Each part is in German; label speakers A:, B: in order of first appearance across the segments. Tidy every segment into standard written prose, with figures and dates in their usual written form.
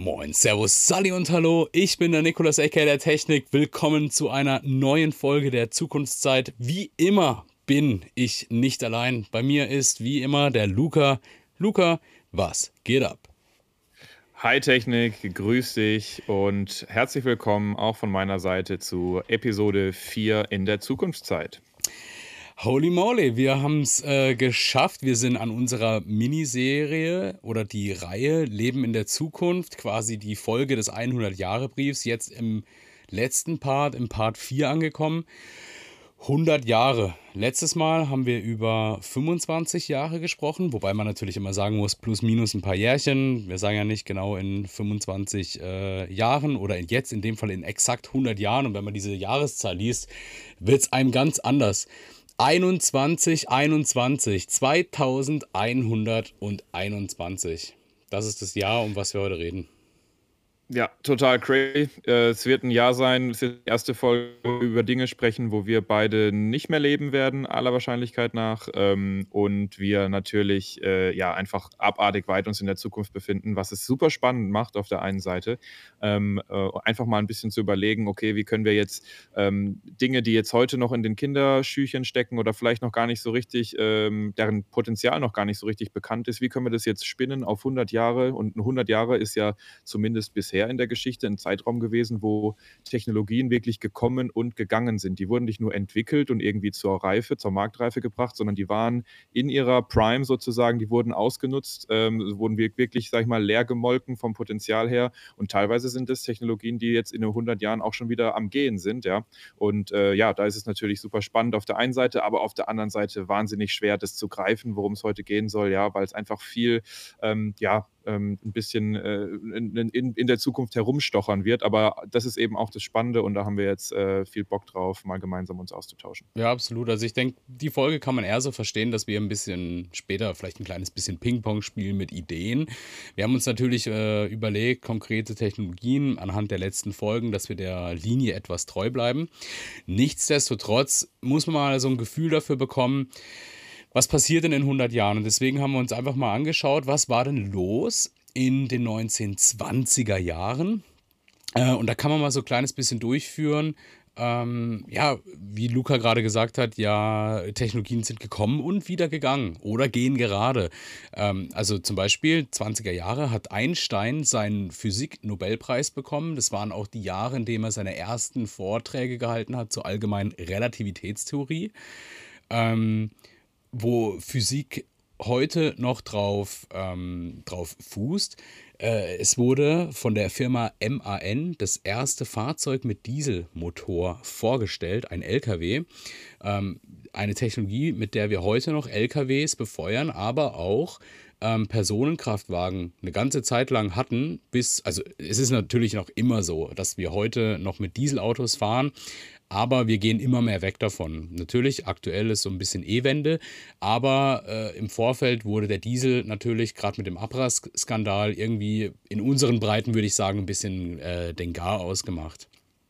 A: Moin, Servus, Salli und Hallo, ich bin der Nikolas aka der Technik. Willkommen zu einer neuen Folge der Zukunftszeit. Wie immer bin ich nicht allein. Bei mir ist wie immer der Luca. Luca, was geht ab?
B: Hi Technik, grüß dich und herzlich willkommen auch von meiner Seite zu Episode 4 in der Zukunftszeit.
A: Holy moly, wir haben es geschafft. Wir sind an unserer Miniserie oder die Reihe Leben in der Zukunft, quasi die Folge des 100-Jahre-Briefs, jetzt im letzten Part, im Part 4 angekommen. 100 Jahre. Letztes Mal haben wir über 25 Jahre gesprochen, wobei man natürlich immer sagen muss, plus minus ein paar Jährchen. Wir sagen ja nicht genau in 25 Jahren oder jetzt in dem Fall in exakt 100 Jahren. Und wenn man diese Jahreszahl liest, wird es einem ganz anders. 2121. Das ist das Jahr, um was wir heute reden.
B: Ja, total crazy. Es wird ein Jahr sein, es wird die erste Folge über Dinge sprechen, wo wir beide nicht mehr leben werden, aller Wahrscheinlichkeit nach. Und wir natürlich ja einfach abartig weit uns in der Zukunft befinden, was es super spannend macht auf der einen Seite. Einfach mal ein bisschen zu überlegen, okay, wie können wir jetzt Dinge, die jetzt heute noch in den Kinderschüchen stecken oder vielleicht noch gar nicht so richtig, deren Potenzial noch gar nicht so richtig bekannt ist, wie können wir das jetzt spinnen auf 100 Jahre? Und 100 Jahre ist ja zumindest bisher in der Geschichte ein Zeitraum gewesen, wo Technologien wirklich gekommen und gegangen sind. Die wurden nicht nur entwickelt und irgendwie zur Reife, zur Marktreife gebracht, sondern die waren in ihrer Prime sozusagen, die wurden ausgenutzt, wurden wirklich, sag ich mal, leer gemolken vom Potenzial her. Und teilweise sind es Technologien, die jetzt in 100 Jahren auch schon wieder am Gehen sind. Ja? Und ja, da ist es natürlich super spannend auf der einen Seite, aber auf der anderen Seite wahnsinnig schwer, das zu greifen, worum es heute gehen soll, ja, weil es einfach viel, ein bisschen in der Zukunft herumstochern wird. Aber das ist eben auch das Spannende und da haben wir jetzt viel Bock drauf, mal gemeinsam uns auszutauschen.
A: Ja, absolut. Also ich denke, die Folge kann man eher so verstehen, dass wir ein bisschen später vielleicht ein kleines bisschen Ping-Pong spielen mit Ideen. Wir haben uns natürlich überlegt, konkrete Technologien anhand der letzten Folgen, dass wir der Linie etwas treu bleiben. Nichtsdestotrotz muss man mal so ein Gefühl dafür bekommen, was passiert denn in 100 Jahren? Und deswegen haben wir uns einfach mal angeschaut, was war denn los in den 1920er Jahren? Und da kann man mal so ein kleines bisschen durchführen. Ja, wie Luca gerade gesagt hat, ja, Technologien sind gekommen und wieder gegangen oder gehen gerade. Also zum Beispiel 20er Jahre hat Einstein seinen Physik-Nobelpreis bekommen. Das waren auch die Jahre, in denen er seine ersten Vorträge gehalten hat zur allgemeinen Relativitätstheorie. Ähm, Wo Physik heute noch drauf fußt. Es wurde von der Firma MAN das erste Fahrzeug mit Dieselmotor vorgestellt, ein LKW. Eine Technologie, mit der wir heute noch LKWs befeuern, aber auch Personenkraftwagen eine ganze Zeit lang hatten, also es ist natürlich noch immer so, dass wir heute noch mit Dieselautos fahren, aber wir gehen immer mehr weg davon. Natürlich, aktuell ist so ein bisschen E-Wende, aber im Vorfeld wurde der Diesel natürlich gerade mit dem Abras-Skandal irgendwie in unseren Breiten, würde ich sagen, ein bisschen den Gar ausgemacht.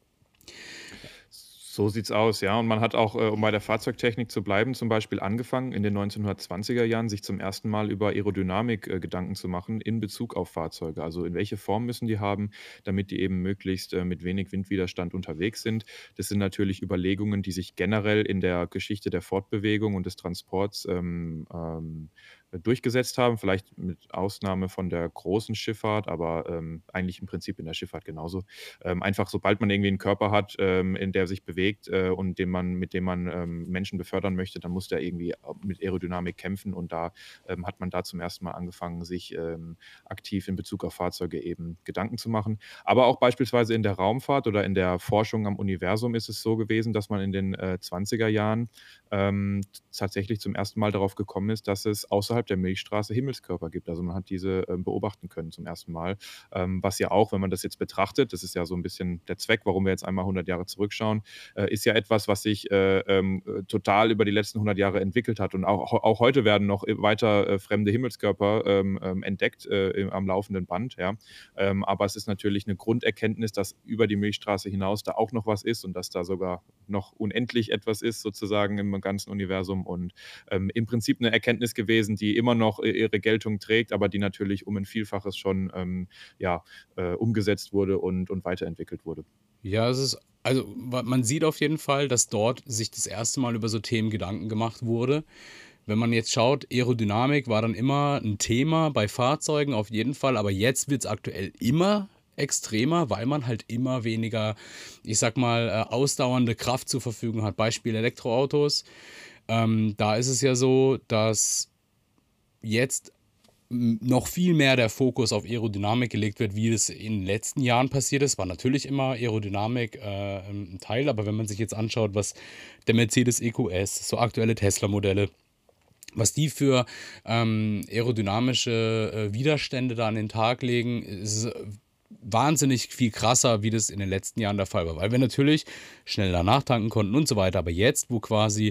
B: So sieht's aus, ja. Und man hat auch, um bei der Fahrzeugtechnik zu bleiben, zum Beispiel angefangen, in den 1920er Jahren sich zum ersten Mal über Aerodynamik Gedanken zu machen in Bezug auf Fahrzeuge. Also in welche Form müssen die haben, damit die eben möglichst mit wenig Windwiderstand unterwegs sind. Das sind natürlich Überlegungen, die sich generell in der Geschichte der Fortbewegung und des Transports durchgesetzt haben, vielleicht mit Ausnahme von der großen Schifffahrt, aber eigentlich im Prinzip in der Schifffahrt genauso. Einfach sobald man irgendwie einen Körper hat, in der sich bewegt und mit dem man Menschen befördern möchte, dann muss der irgendwie mit Aerodynamik kämpfen und da hat man da zum ersten Mal angefangen, sich aktiv in Bezug auf Fahrzeuge eben Gedanken zu machen. Aber auch beispielsweise in der Raumfahrt oder in der Forschung am Universum ist es so gewesen, dass man in den 20er Jahren tatsächlich zum ersten Mal darauf gekommen ist, dass es außerhalb der Milchstraße Himmelskörper gibt. Also man hat diese beobachten können zum ersten Mal, was ja auch, wenn man das jetzt betrachtet, das ist ja so ein bisschen der Zweck, warum wir jetzt einmal 100 Jahre zurückschauen, ist ja etwas, was sich total über die letzten 100 Jahre entwickelt hat und auch heute werden noch weiter fremde Himmelskörper entdeckt am laufenden Band, ja. Aber es ist natürlich eine Grunderkenntnis, dass über die Milchstraße hinaus da auch noch was ist und dass da sogar noch unendlich etwas ist sozusagen im ganzen Universum und im Prinzip eine Erkenntnis gewesen, die immer noch ihre Geltung trägt, aber die natürlich um ein Vielfaches schon umgesetzt wurde und weiterentwickelt wurde.
A: Ja, also man sieht auf jeden Fall, dass dort sich das erste Mal über so Themen Gedanken gemacht wurde. Wenn man jetzt schaut, Aerodynamik war dann immer ein Thema bei Fahrzeugen auf jeden Fall, aber jetzt wird es aktuell immer extremer, weil man halt immer weniger, ich sag mal, ausdauernde Kraft zur Verfügung hat. Beispiel Elektroautos. Da ist es ja so, dass jetzt noch viel mehr der Fokus auf Aerodynamik gelegt wird, wie es in den letzten Jahren passiert ist. War natürlich immer Aerodynamik ein Teil, aber wenn man sich jetzt anschaut, was der Mercedes EQS, so aktuelle Tesla-Modelle, was die für aerodynamische Widerstände da an den Tag legen, ist wahnsinnig viel krasser, wie das in den letzten Jahren der Fall war. Weil wir natürlich schneller nachtanken konnten und so weiter. Aber jetzt, wo quasi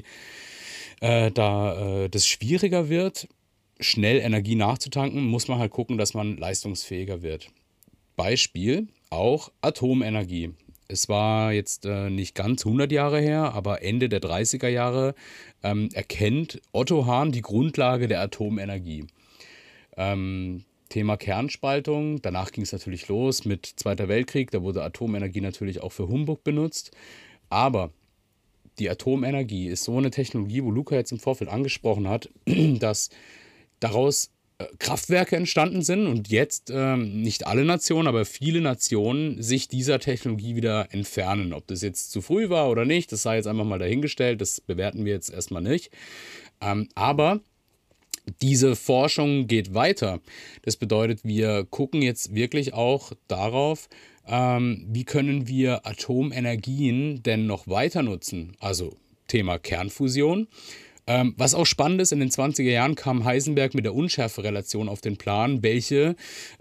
A: das schwieriger wird, schnell Energie nachzutanken, muss man halt gucken, dass man leistungsfähiger wird. Beispiel auch Atomenergie. Es war jetzt nicht ganz 100 Jahre her, aber Ende der 30er Jahre erkennt Otto Hahn die Grundlage der Atomenergie. Thema Kernspaltung, danach ging es natürlich los mit Zweiter Weltkrieg, da wurde Atomenergie natürlich auch für Humbug benutzt, aber die Atomenergie ist so eine Technologie, wo Luca jetzt im Vorfeld angesprochen hat, dass daraus Kraftwerke entstanden sind und jetzt nicht alle Nationen, aber viele Nationen sich dieser Technologie wieder entfernen. Ob das jetzt zu früh war oder nicht, das sei jetzt einfach mal dahingestellt, das bewerten wir jetzt erstmal nicht. Aber diese Forschung geht weiter. Das bedeutet, wir gucken jetzt wirklich auch darauf, wie können wir Atomenergien denn noch weiter nutzen? Also Thema Kernfusion. Was auch spannend ist, in den 20er Jahren kam Heisenberg mit der Unschärferelation auf den Plan, welche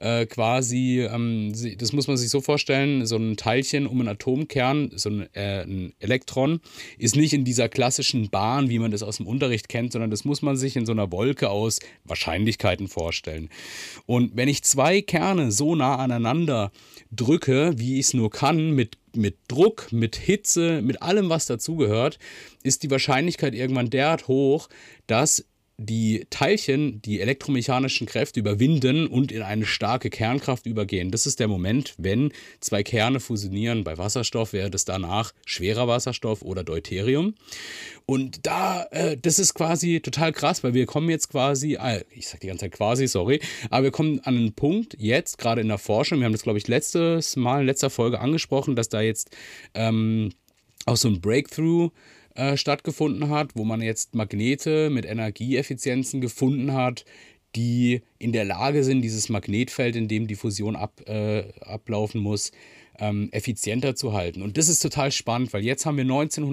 A: das muss man sich so vorstellen, so ein Teilchen um einen Atomkern, so ein Elektron, ist nicht in dieser klassischen Bahn, wie man das aus dem Unterricht kennt, sondern das muss man sich in so einer Wolke aus Wahrscheinlichkeiten vorstellen. Und wenn ich zwei Kerne so nah aneinander drücke, wie ich es nur kann, mit Druck, mit Hitze, mit allem, was dazugehört, ist die Wahrscheinlichkeit irgendwann derart hoch, dass die Teilchen die elektromechanischen Kräfte überwinden und in eine starke Kernkraft übergehen. Das ist der Moment, wenn zwei Kerne fusionieren. Bei Wasserstoff wäre das danach schwerer Wasserstoff oder Deuterium. Und das ist quasi total krass, weil wir kommen jetzt quasi, ich sag die ganze Zeit quasi, sorry, aber wir kommen an einen Punkt jetzt, gerade in der Forschung, wir haben das, glaube ich, letztes Mal in letzter Folge angesprochen, dass da jetzt auch so ein Breakthrough stattgefunden hat, wo man jetzt Magnete mit Energieeffizienzen gefunden hat, die in der Lage sind, dieses Magnetfeld, in dem die Fusion ablaufen muss, effizienter zu halten. Und das ist total spannend, weil jetzt haben wir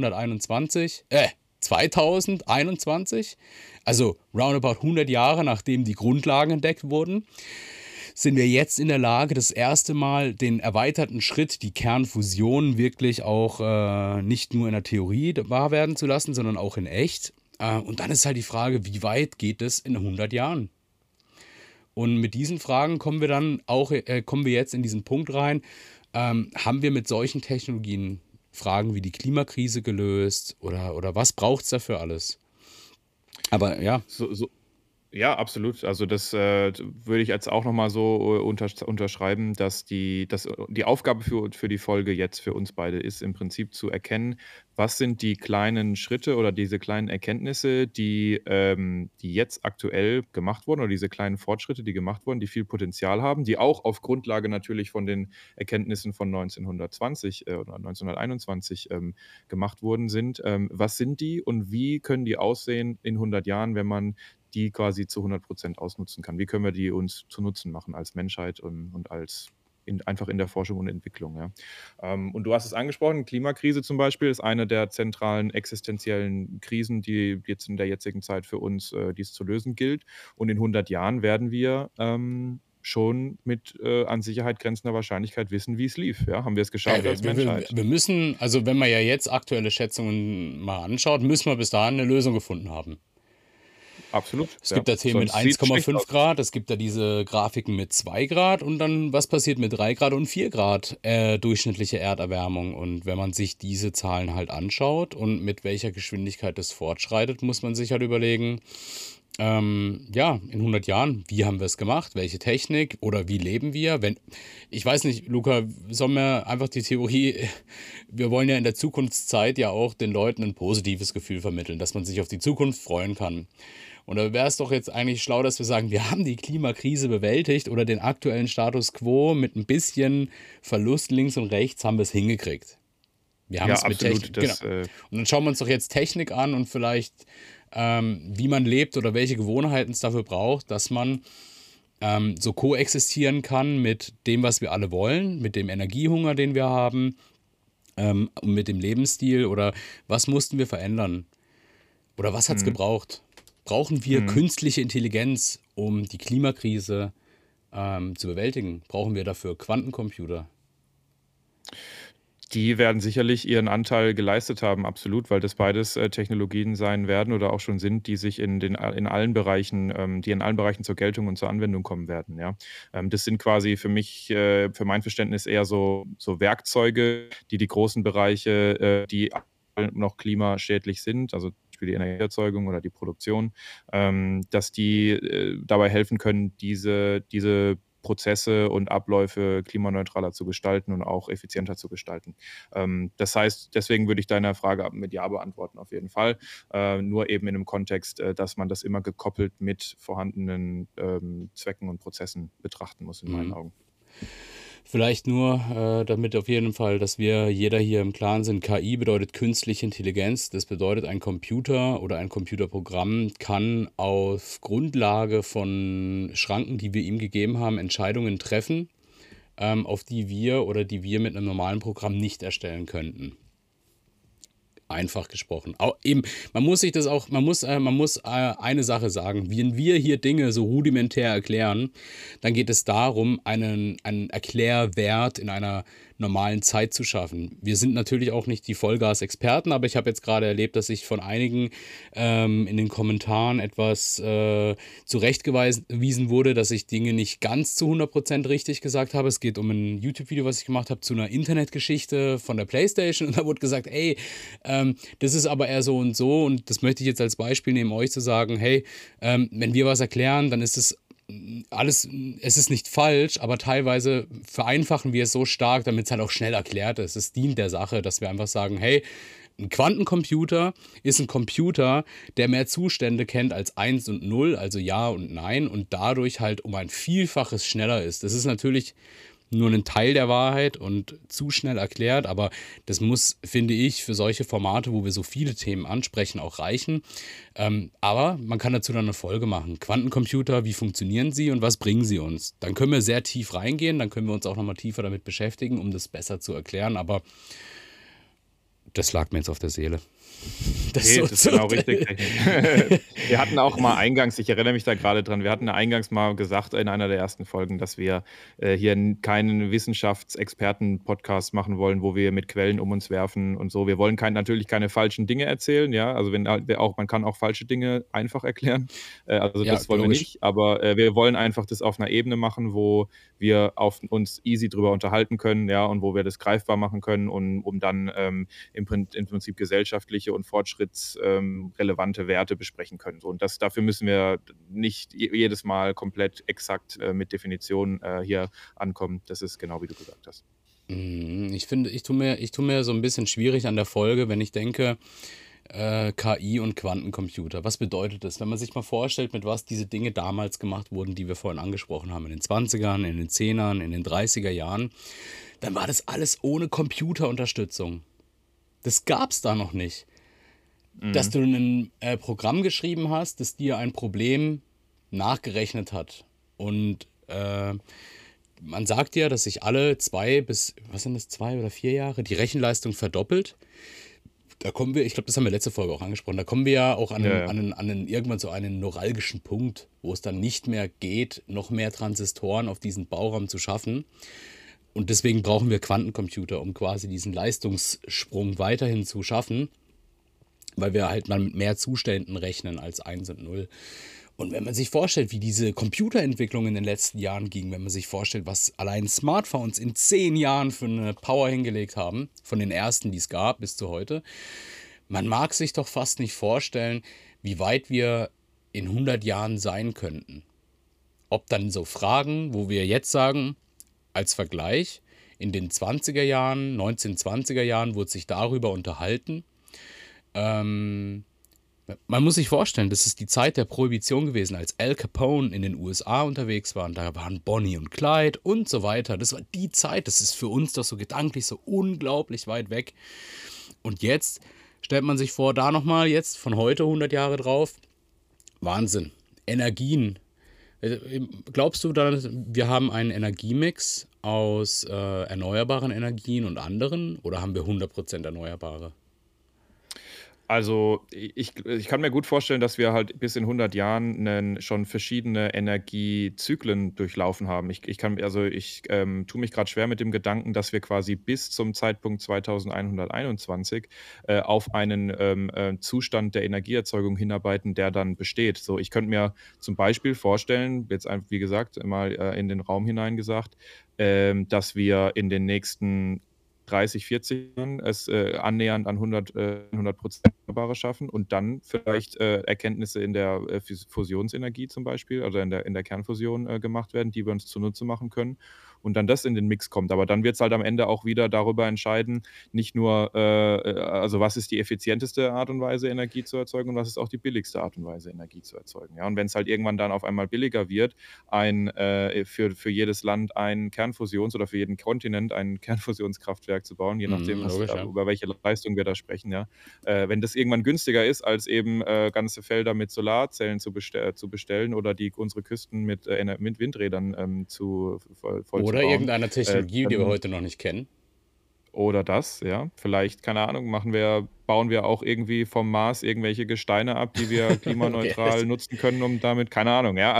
A: 2021, also roundabout 100 Jahre, nachdem die Grundlagen entdeckt wurden, sind wir jetzt in der Lage, das erste Mal den erweiterten Schritt, die Kernfusion, wirklich auch nicht nur in der Theorie wahr werden zu lassen, sondern auch in echt. Und dann ist halt die Frage, wie weit geht es in 100 Jahren? Und mit diesen Fragen kommen wir jetzt in diesen Punkt rein. Haben wir mit solchen Technologien Fragen wie die Klimakrise gelöst oder was braucht es dafür alles? Aber ja.
B: Ja, absolut. Also das würde ich jetzt auch nochmal so unterschreiben, dass die Aufgabe für die Folge jetzt für uns beide ist, im Prinzip zu erkennen, was sind die kleinen Schritte oder diese kleinen Erkenntnisse, die jetzt aktuell gemacht wurden, oder diese kleinen Fortschritte, die gemacht wurden, die viel Potenzial haben, die auch auf Grundlage natürlich von den Erkenntnissen von 1920 oder 1921 gemacht worden sind. Was sind die und wie können die aussehen in 100 Jahren, wenn man die quasi zu 100% ausnutzen kann? Wie können wir die uns zu Nutzen machen als Menschheit und einfach in der Forschung und Entwicklung? Ja? Und du hast es angesprochen, Klimakrise zum Beispiel ist eine der zentralen existenziellen Krisen, die jetzt in der jetzigen Zeit für uns, die es zu lösen gilt. Und in 100 Jahren werden wir schon mit an Sicherheit grenzender Wahrscheinlichkeit wissen, wie es lief. Ja? Haben wir es geschafft als Menschheit?
A: Wir müssen, also wenn man ja jetzt aktuelle Schätzungen mal anschaut, müssen wir bis dahin eine Lösung gefunden haben.
B: Absolut.
A: Es gibt da Themen mit 1,5 Grad, es gibt da diese Grafiken mit 2 Grad und dann, was passiert mit 3 Grad und 4 Grad durchschnittliche Erderwärmung? Und wenn man sich diese Zahlen halt anschaut und mit welcher Geschwindigkeit das fortschreitet, muss man sich halt überlegen, Ja, in 100 Jahren, wie haben wir es gemacht? Welche Technik oder wie leben wir? Ich weiß nicht, Luca, sollen wir einfach die Theorie, wir wollen ja in der Zukunftszeit ja auch den Leuten ein positives Gefühl vermitteln, dass man sich auf die Zukunft freuen kann. Und da wäre es doch jetzt eigentlich schlau, dass wir sagen, wir haben die Klimakrise bewältigt oder den aktuellen Status quo mit ein bisschen Verlust links und rechts haben wir es hingekriegt. Wir haben
B: Ja,
A: es mit Technik,
B: absolut.
A: genau. Und dann schauen wir uns doch jetzt Technik an und vielleicht, wie man lebt oder welche Gewohnheiten es dafür braucht, dass man so koexistieren kann mit dem, was wir alle wollen, mit dem Energiehunger, den wir haben, und mit dem Lebensstil oder was mussten wir verändern? Oder was hat es
B: Mhm.
A: gebraucht? Brauchen wir
B: Mhm.
A: künstliche Intelligenz, um die Klimakrise zu bewältigen? Brauchen wir dafür Quantencomputer?
B: Die werden sicherlich ihren Anteil geleistet haben, absolut, weil das beides, Technologien sein werden oder auch schon sind, die sich in allen Bereichen die in allen Bereichen zur Geltung und zur Anwendung kommen werden, ja. Das sind quasi für mich, für mein Verständnis eher so Werkzeuge, die großen Bereiche, die noch klimaschädlich sind, also zum Beispiel die Energieerzeugung oder die Produktion, dass die, dabei helfen können, diese Prozesse und Abläufe klimaneutraler zu gestalten und auch effizienter zu gestalten. Das heißt, deswegen würde ich deine Frage mit Ja beantworten, auf jeden Fall. Nur eben in einem Kontext, dass man das immer gekoppelt mit vorhandenen Zwecken und Prozessen betrachten muss, in meinen
A: Mhm.
B: Augen.
A: Vielleicht nur, damit auf jeden Fall, dass wir jeder hier im Klaren sind, KI bedeutet künstliche Intelligenz. Das bedeutet, ein Computer oder ein Computerprogramm kann auf Grundlage von Schranken, die wir ihm gegeben haben, Entscheidungen treffen, auf die wir mit einem normalen Programm nicht erstellen könnten. Einfach gesprochen. Eben, man muss eine Sache sagen. Wenn wir hier Dinge so rudimentär erklären, dann geht es darum, einen Erklärwert in einer normalen Zeit zu schaffen. Wir sind natürlich auch nicht die Vollgas-Experten, aber ich habe jetzt gerade erlebt, dass ich von einigen in den Kommentaren etwas zurechtgewiesen wurde, dass ich Dinge nicht ganz zu 100% richtig gesagt habe. Es geht um ein YouTube-Video, was ich gemacht habe, zu einer Internetgeschichte von der PlayStation. Und da wurde gesagt, ey, das ist aber eher so und das möchte ich jetzt als Beispiel nehmen, euch zu sagen, hey, wenn wir was erklären, dann ist es alles, es ist nicht falsch, aber teilweise vereinfachen wir es so stark, damit es halt auch schnell erklärt ist. Es dient der Sache, dass wir einfach sagen, hey, ein Quantencomputer ist ein Computer, der mehr Zustände kennt als 1 und 0, also Ja und Nein, und dadurch halt um ein Vielfaches schneller ist. Das ist natürlich nur ein Teil der Wahrheit und zu schnell erklärt, aber das muss, finde ich, für solche Formate, wo wir so viele Themen ansprechen, auch reichen. Aber man kann dazu dann eine Folge machen. Quantencomputer, wie funktionieren sie und was bringen sie uns? Dann können wir sehr tief reingehen, dann können wir uns auch nochmal tiefer damit beschäftigen, um das besser zu erklären, aber das lag mir jetzt auf der Seele. Das
B: Ne,
A: so
B: das ist genau richtig.
A: zu.
B: Wir hatten auch mal eingangs ich erinnere mich da grade dran, wir hatten ja eingangs mal gesagt in einer der ersten Folgen, dass wir, hier keinen Wissenschaftsexperten-Podcast machen wollen, wo wir mit Quellen um uns werfen und so. Wir wollen natürlich keine falschen Dinge erzählen, ja? Also, wenn auch man kann auch falsche Dinge einfach erklären. Also,
A: Ja,
B: das wollen wir
A: logisch.
B: nicht, aber, wir wollen einfach das auf einer Ebene machen, wo wir uns easy drüber unterhalten können, ja, und wo wir das greifbar machen können, um dann, im Prinzip gesellschaftliche und relevante Werte besprechen können. So, und dafür müssen wir nicht jedes Mal komplett exakt mit Definitionen hier ankommen. Das ist genau wie du gesagt hast.
A: Ich finde, ich tu mir so ein bisschen schwierig an der Folge, wenn ich denke, KI und Quantencomputer. Was bedeutet das? Wenn man sich mal vorstellt, mit was diese Dinge damals gemacht wurden, die wir vorhin angesprochen haben, in den 20ern, in den 10ern, in den 30er Jahren, dann war das alles ohne Computerunterstützung. Das gab's da noch nicht. Dass
B: Mhm.
A: du ein Programm geschrieben hast, das dir ein Problem nachgerechnet hat. Und man sagt ja, dass sich alle 2 oder 4 Jahre die Rechenleistung verdoppelt. Da kommen wir, ich glaube, das haben wir letzte Folge auch angesprochen, da kommen wir ja auch
B: Ja, ja.
A: irgendwann zu einem neuralgischen Punkt, wo es dann nicht mehr geht, noch mehr Transistoren auf diesen Bauraum zu schaffen. Und deswegen brauchen wir Quantencomputer, um quasi diesen Leistungssprung weiterhin zu schaffen, weil wir halt mal mit mehr Zuständen rechnen als 1 und 0. Und wenn man sich vorstellt, wie diese Computerentwicklung in den letzten Jahren ging, wenn man sich vorstellt, was allein Smartphones in 10 Jahren für eine Power hingelegt haben, von den ersten, die es gab, bis zu heute, man mag sich doch fast nicht vorstellen, wie weit wir in 100 Jahren sein könnten. Ob dann so Fragen, wo wir jetzt sagen, als Vergleich, in den 20er Jahren, 1920er Jahren wurde sich darüber unterhalten. Ähm, Man muss sich vorstellen, das ist die Zeit der Prohibition gewesen, als Al Capone in den USA unterwegs war. Und da waren Bonnie und Clyde und so weiter. Das war die Zeit, das ist für uns doch so gedanklich so unglaublich weit weg. Und jetzt stellt man sich vor, da nochmal jetzt von heute 100 Jahre drauf. Wahnsinn. Energien. Glaubst du dann, wir haben einen Energiemix aus erneuerbaren Energien und anderen oder haben wir 100% Erneuerbare?
B: Also ich kann mir gut vorstellen, dass wir halt bis in 100 Jahren schon verschiedene Energiezyklen durchlaufen haben. Ich tue mich gerade schwer mit dem Gedanken, dass wir quasi bis zum Zeitpunkt 2121 auf einen Zustand der Energieerzeugung hinarbeiten, der dann besteht. So, ich könnte mir zum Beispiel vorstellen, jetzt einfach, wie gesagt, mal in den Raum hineingesagt, dass wir in den nächsten 30, 40 Jahren es annähernd an 100% Erneuerbare schaffen und dann vielleicht Erkenntnisse in der Fusionsenergie zum Beispiel, also in der Kernfusion gemacht werden, die wir uns zunutze machen können und dann das in den Mix kommt. Aber dann wird es halt am Ende auch wieder darüber entscheiden, nicht nur, also was ist die effizienteste Art und Weise, Energie zu erzeugen und was ist auch die billigste Art und Weise, Energie zu erzeugen. Ja? Und wenn es halt irgendwann dann auf einmal billiger wird, für jedes Land oder für jeden Kontinent ein Kernfusionskraftwerk zu bauen, je nachdem,
A: Logisch, ja.
B: über welche Leistung wir da sprechen. Ja. Wenn das irgendwann günstiger ist, als eben ganze Felder mit Solarzellen zu bestellen oder unsere Küsten mit Windrädern voll zu
A: Oder
B: bauen,
A: irgendeiner Technologie, die wir heute noch nicht kennen.
B: oder das, ja. Vielleicht, keine Ahnung, bauen wir auch irgendwie vom Mars irgendwelche Gesteine ab, die wir
A: Okay,
B: klimaneutral nutzen können, um damit, keine Ahnung, ja.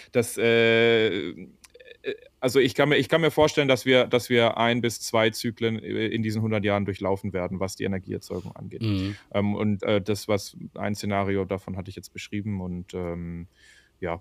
B: Also ich kann mir vorstellen, dass wir 1 bis 2 Zyklen in diesen 100 Jahren durchlaufen werden, was die Energieerzeugung angeht. Und ein Szenario davon hatte ich jetzt beschrieben und ja,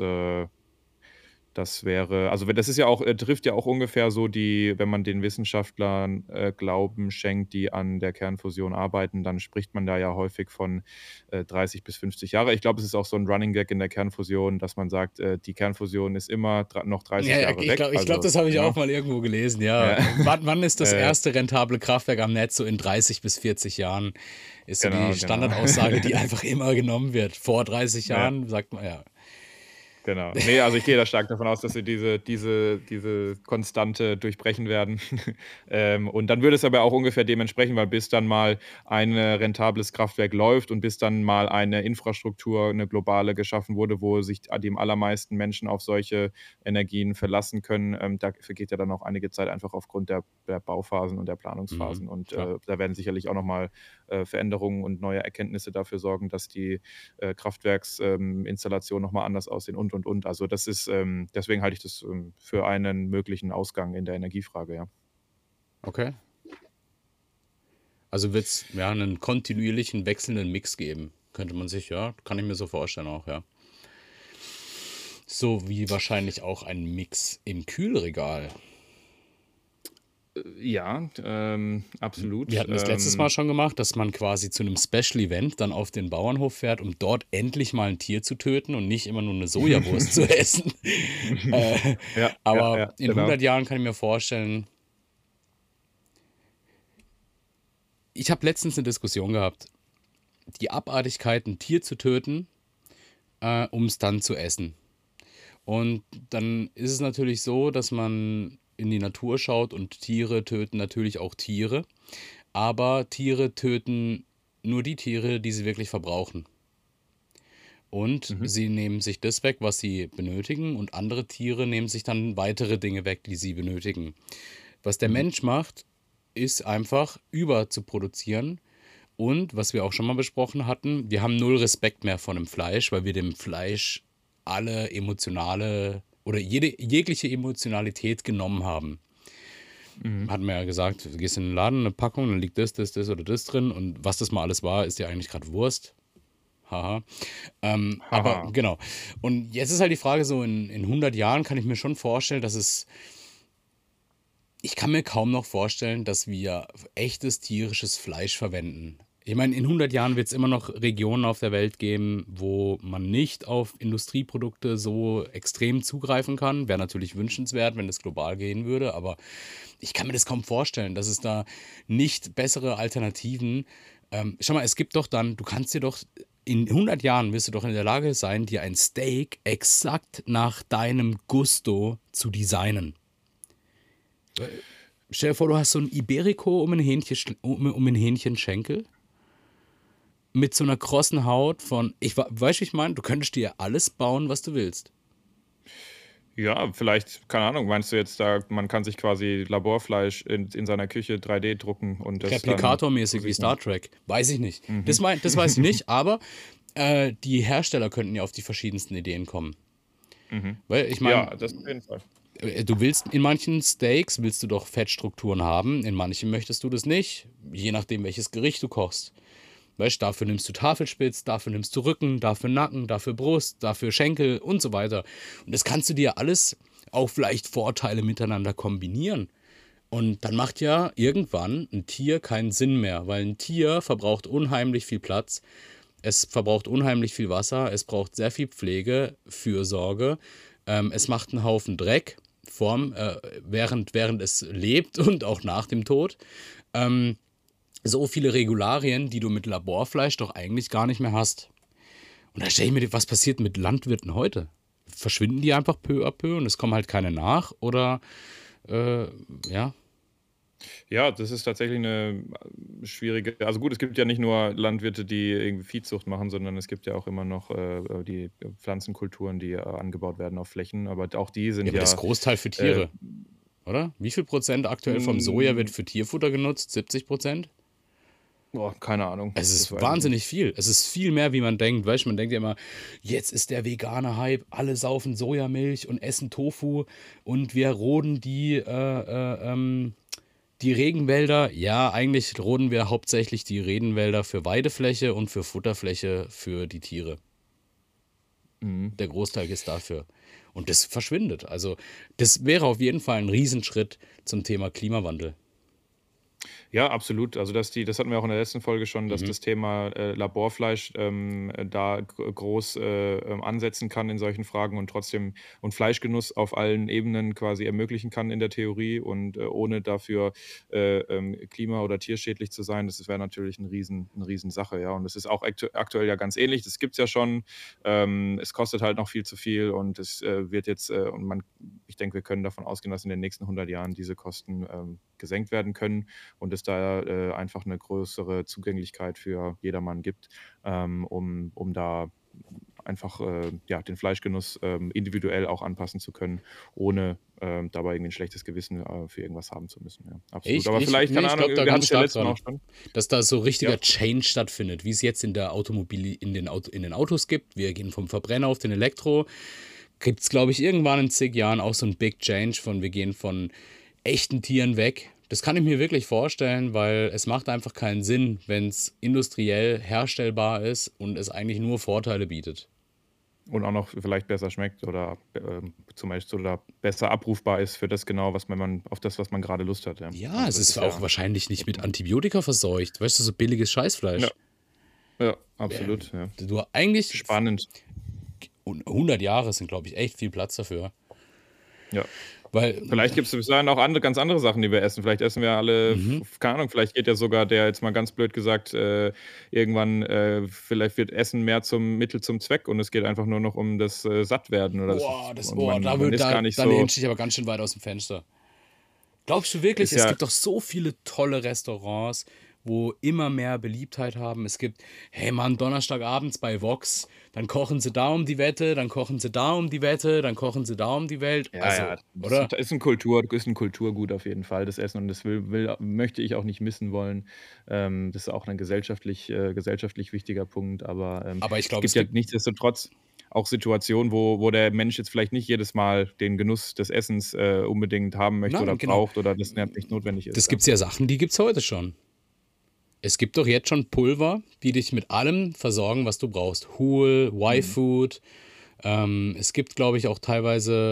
B: das wäre, also das ist ja auch, trifft ja auch ungefähr so wenn man den Wissenschaftlern Glauben schenkt, die an der Kernfusion arbeiten, dann spricht man da ja häufig von 30 bis 50 Jahre. Ich glaube, es ist auch so ein Running Gag in der Kernfusion, dass man sagt, die Kernfusion ist immer noch 30
A: Ja,
B: Jahre weg.
A: ich glaub, das habe ich auch mal irgendwo gelesen, ja.
B: Ja.
A: Wann ist das erste rentable Kraftwerk am Netz? So in 30 bis 40 Jahren ist so
B: Genau.
A: die Standardaussage, die einfach immer genommen wird. Vor 30
B: Ja.
A: Jahren sagt man, ja.
B: Genau. Nee, also ich gehe da stark davon aus, dass sie diese Konstante durchbrechen werden. Und dann würde es aber auch ungefähr dementsprechend, weil bis dann mal ein rentables Kraftwerk läuft und bis dann mal eine Infrastruktur, eine globale geschaffen wurde, wo sich die allermeisten Menschen auf solche Energien verlassen können, da vergeht ja dann auch einige Zeit einfach aufgrund der Bauphasen und der Planungsphasen. Und da werden sicherlich auch nochmal Veränderungen und neue Erkenntnisse dafür sorgen, dass die Kraftwerksinstallationen nochmal anders aussehen und. Also das ist, deswegen halte ich das für einen möglichen Ausgang in der Energiefrage, ja.
A: Okay. Also wird es ja einen kontinuierlichen wechselnden Mix geben. Könnte man sich, ja, kann ich mir so vorstellen auch, ja. So wie wahrscheinlich auch ein Mix im Kühlregal.
B: Ja, absolut.
A: Wir hatten das letztes Mal schon gemacht, dass man quasi zu einem Special-Event dann auf den Bauernhof fährt, um dort endlich mal ein Tier zu töten und nicht immer nur eine Sojawurst zu essen. Aber in
B: genau.
A: 100 Jahren kann ich mir vorstellen, ich habe letztens eine Diskussion gehabt, die Abartigkeit, ein Tier zu töten, um es dann zu essen. Und dann ist es natürlich so, dass man in die Natur schaut und Tiere töten natürlich auch Tiere. Aber Tiere töten nur die Tiere, die sie wirklich verbrauchen. Und sie nehmen sich das weg, was sie benötigen, und andere Tiere nehmen sich dann weitere Dinge weg, die sie benötigen. Was der Mensch macht, ist einfach überzuproduzieren. Und was wir auch schon mal besprochen hatten, wir haben null Respekt mehr vor dem Fleisch, weil wir dem Fleisch alle emotionale oder jegliche Emotionalität genommen haben. Hatten wir ja gesagt, du gehst in den Laden, eine Packung, dann liegt das oder das drin, und was das mal alles war, ist dir eigentlich gerade Wurst. Haha. Aber genau. Und jetzt ist halt die Frage, so in 100 Jahren kann ich mir schon vorstellen, ich kann mir kaum noch vorstellen, dass wir echtes tierisches Fleisch verwenden. Ich meine, in 100 Jahren wird es immer noch Regionen auf der Welt geben, wo man nicht auf Industrieprodukte so extrem zugreifen kann. Wäre natürlich wünschenswert, wenn es global gehen würde, aber ich kann mir das kaum vorstellen, dass es da nicht bessere Alternativen. Schau mal, es gibt doch dann, du kannst dir doch, in 100 Jahren wirst du doch in der Lage sein, dir ein Steak exakt nach deinem Gusto zu designen. Stell dir vor, du hast so ein Iberico um ein Hähnchenschenkel mit so einer krossen Haut von, weißt du, ich meine, du könntest dir alles bauen, was du willst.
B: Ja, vielleicht, keine Ahnung, meinst du jetzt da, man kann sich quasi Laborfleisch in seiner Küche 3D drucken und das dann
A: Replikatormäßig
B: zu
A: wie
B: sich nehmen?
A: Star Trek. Weiß ich nicht.
B: Mhm.
A: Das weiß ich nicht, aber die Hersteller könnten ja auf die verschiedensten Ideen kommen.
B: Mhm.
A: Weil ich meine,
B: Ja, das auf jeden Fall.
A: du willst in manchen Steaks willst du doch Fettstrukturen haben, in manchen möchtest du das nicht, je nachdem welches Gericht du kochst. Weißt, dafür nimmst du Tafelspitz, dafür nimmst du Rücken, dafür Nacken, dafür Brust, dafür Schenkel und so weiter. Und das kannst du dir alles auch vielleicht Vorteile miteinander kombinieren. Und dann macht ja irgendwann ein Tier keinen Sinn mehr, weil ein Tier verbraucht unheimlich viel Platz, es verbraucht unheimlich viel Wasser, es braucht sehr viel Pflege, Fürsorge, es macht einen Haufen Dreck, während es lebt und auch nach dem Tod. So viele Regularien, die du mit Laborfleisch doch eigentlich gar nicht mehr hast. Und da stelle ich mir, was passiert mit Landwirten heute? Verschwinden die einfach peu à peu und es kommen halt keine nach? Oder, ja,
B: Ja, das ist tatsächlich eine schwierige, also gut, es gibt ja nicht nur Landwirte, die irgendwie Viehzucht machen, sondern es gibt ja auch immer noch die Pflanzenkulturen, die angebaut werden auf Flächen, aber auch die
A: ja,
B: sind
A: aber das
B: ja
A: Großteil für
B: äh,
A: Tiere, oder? Wie viel Prozent aktuell vom Soja wird
B: mm,
A: für Tierfutter genutzt? 70%?
B: boah, keine Ahnung,
A: Es
B: das
A: ist
B: weiß ich nicht.
A: wahnsinnig viel. Es ist viel mehr, wie man denkt. Weißt du, man denkt ja immer, jetzt ist der vegane Hype, alle saufen Sojamilch und essen Tofu und wir roden die Regenwälder. Ja, eigentlich roden wir hauptsächlich die Regenwälder für Weidefläche und für Futterfläche für die Tiere.
B: Mhm.
A: Der Großteil ist dafür. Und das verschwindet. Also, das wäre auf jeden Fall ein Riesenschritt zum Thema Klimawandel.
B: Ja, absolut. Also, das hatten wir auch in der letzten Folge schon, dass
A: Mhm.
B: das Thema Laborfleisch da groß ansetzen kann in solchen Fragen und trotzdem und Fleischgenuss auf allen Ebenen quasi ermöglichen kann in der Theorie und ohne dafür klima- oder tierschädlich zu sein. Das wäre natürlich eine Riesensache, ja. Und das ist auch aktuell ja ganz ähnlich. Das gibt's ja schon. Es kostet halt noch viel zu viel und es wird jetzt, ich denke, wir können davon ausgehen, dass in den nächsten 100 Jahren diese Kosten gesenkt werden können und es da einfach eine größere Zugänglichkeit für jedermann gibt, um da einfach ja, den Fleischgenuss individuell auch anpassen zu können, ohne dabei irgendwie ein schlechtes Gewissen für irgendwas haben zu müssen. Ja, absolut. Aber vielleicht,
A: Nee,
B: keine
A: ich
B: Ahnung,
A: glaube da
B: wir hatten
A: ganz
B: es ja
A: stark
B: letztes Mal
A: dran,
B: auch schon.
A: dass da so
B: Ja.
A: richtiger Change stattfindet, wie es jetzt in der in den Autos gibt. Wir gehen vom Verbrenner auf den Elektro. Gibt es, glaube ich, irgendwann in zig Jahren auch so ein Big Change von, wir gehen von echten Tieren weg. Das kann ich mir wirklich vorstellen, weil es macht einfach keinen Sinn, wenn es industriell herstellbar ist und es eigentlich nur Vorteile bietet.
B: Und auch noch vielleicht besser schmeckt oder zum Beispiel oder besser abrufbar ist für das genau, auf das, was man gerade Lust hat. Ja.
A: Ja,
B: Also
A: es
B: das
A: ist
B: ist
A: auch
B: ja,
A: wahrscheinlich nicht mit Antibiotika verseucht. Weißt du, so billiges
B: ja,
A: Scheißfleisch.
B: ja,
A: Ja,
B: absolut. Ja.
A: du eigentlich
B: Spannend.
A: 100 Jahre sind, glaube ich, echt viel Platz dafür.
B: Ja.
A: Weil,
B: Vielleicht gibt es bis dahin auch ganz andere Sachen, die wir essen. Vielleicht essen wir alle,
A: mhm.
B: keine Ahnung, vielleicht geht ja sogar der, jetzt mal ganz blöd gesagt, irgendwann, vielleicht wird Essen mehr zum Mittel zum Zweck und es geht einfach nur noch um das Sattwerden oder
A: Boah,
B: und man ist
A: da,
B: gar nicht
A: da
B: so,
A: lehnst du dich aber ganz schön weit aus dem Fenster. Glaubst du wirklich,
B: ist
A: es
B: ja,
A: gibt doch so viele tolle Restaurants, wo immer mehr Beliebtheit haben? Es gibt, hey Mann, Donnerstagabends bei Vox, dann kochen sie da um die Wette, dann kochen sie da um die Wette, dann kochen sie da um die Welt.
B: ja,
A: Also,
B: das
A: oder?
B: ist ein Kulturgut auf jeden Fall, das Essen und das möchte ich auch nicht missen wollen. Das ist auch ein gesellschaftlich wichtiger Punkt, aber
A: Aber ich
B: es
A: glaube,
B: gibt
A: es
B: ja
A: gibt,
B: nichtsdestotrotz auch Situationen, wo der Mensch jetzt vielleicht nicht jedes Mal den Genuss des Essens unbedingt haben möchte oder
A: nein, genau,
B: braucht oder das nicht notwendig ist,
A: das
B: ja.
A: gibt's ja Sachen, die gibt's heute schon. Es gibt doch jetzt schon Pulver, die dich mit allem versorgen, was du brauchst. Huel,
B: Mhm.
A: Y-Food. Es gibt, glaube ich, auch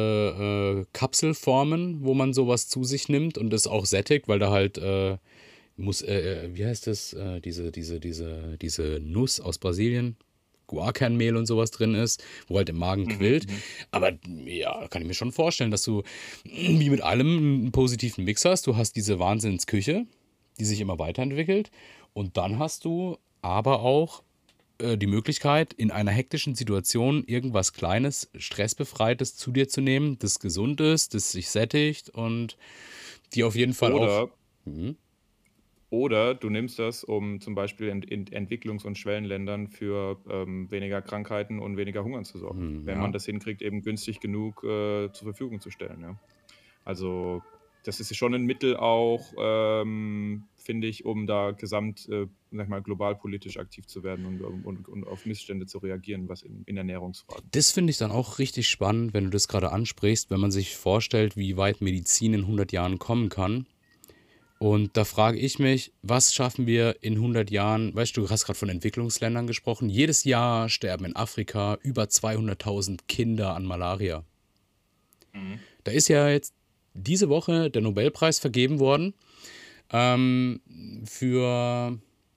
A: teilweise Kapselformen, wo man sowas zu sich nimmt und es auch sättigt, weil da halt wie heißt das, diese Nuss aus Brasilien, Guarkernmehl und sowas drin ist, wo halt im Magen
B: Mhm,
A: quillt.
B: mhm.
A: Aber ja, kann ich mir schon vorstellen, dass du wie mit allem einen positiven Mix hast. Du hast diese Wahnsinnsküche, die sich immer weiterentwickelt. Und dann hast du aber auch die Möglichkeit, in einer hektischen Situation irgendwas Kleines, Stressbefreites zu dir zu nehmen, das gesund ist, das sich sättigt und die auf jeden Fall auch.
B: Oder
A: Mhm.
B: Oder du nimmst das, um zum Beispiel in Entwicklungs- und Schwellenländern für weniger Krankheiten und weniger Hunger zu sorgen, wenn man
A: Ja.
B: das hinkriegt, eben günstig genug zur Verfügung zu stellen. Ja. Also das ist schon ein Mittel auch, finde ich, um da sag ich mal, globalpolitisch aktiv zu werden und auf Missstände zu reagieren, was in Ernährungsfragen.
A: Das finde ich dann auch richtig spannend, wenn du das gerade ansprichst, wenn man sich vorstellt, wie weit Medizin in 100 Jahren kommen kann. Und da frage ich mich, was schaffen wir in 100 Jahren? Weißt du, du hast gerade von Entwicklungsländern gesprochen. Jedes Jahr sterben in Afrika über 200.000 Kinder an Malaria.
B: Mhm.
A: Da ist ja jetzt diese Woche der Nobelpreis vergeben worden ähm, für,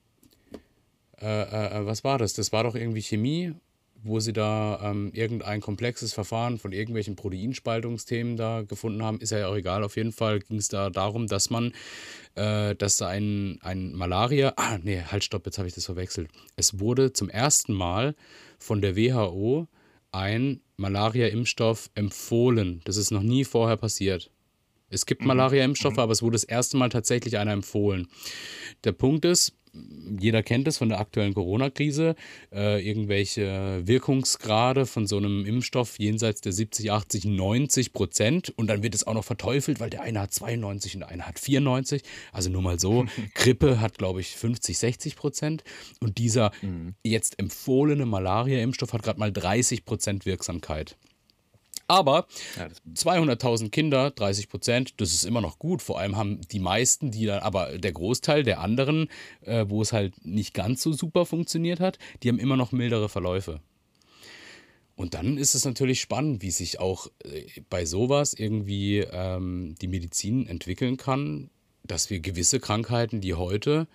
A: was war das? Das war doch irgendwie Chemie, wo sie da irgendein komplexes Verfahren von irgendwelchen Proteinspaltungsthemen da gefunden haben. Ist ja auch egal. Auf jeden Fall ging es da darum, dass da ein Malaria. Ah, nee, halt, stopp, jetzt habe ich das verwechselt. Es wurde zum ersten Mal von der WHO ein Malaria-Impfstoff empfohlen. Das ist noch nie vorher passiert. Es gibt
B: Mhm.
A: Malaria-Impfstoffe,
B: Mhm.
A: aber es wurde das erste Mal tatsächlich einer empfohlen. Der Punkt ist, jeder kennt es von der aktuellen Corona-Krise, irgendwelche Wirkungsgrade von so einem Impfstoff jenseits der 70, 80, 90% und dann wird es auch noch verteufelt, weil der eine hat 92 und der eine hat 94. Also nur mal so, Grippe hat, glaube ich, 50, 60% und dieser
B: Mhm.
A: jetzt empfohlene Malaria-Impfstoff hat gerade mal 30% Wirksamkeit. Aber
B: Ja,
A: 200.000 Kinder, 30%, das ist immer noch gut. Vor allem haben die meisten, die dann, aber der Großteil der anderen, wo es halt nicht ganz so super funktioniert hat, die haben immer noch mildere Verläufe. Und dann ist es natürlich spannend, wie sich auch bei sowas irgendwie die Medizin entwickeln kann, dass wir gewisse Krankheiten, die heute,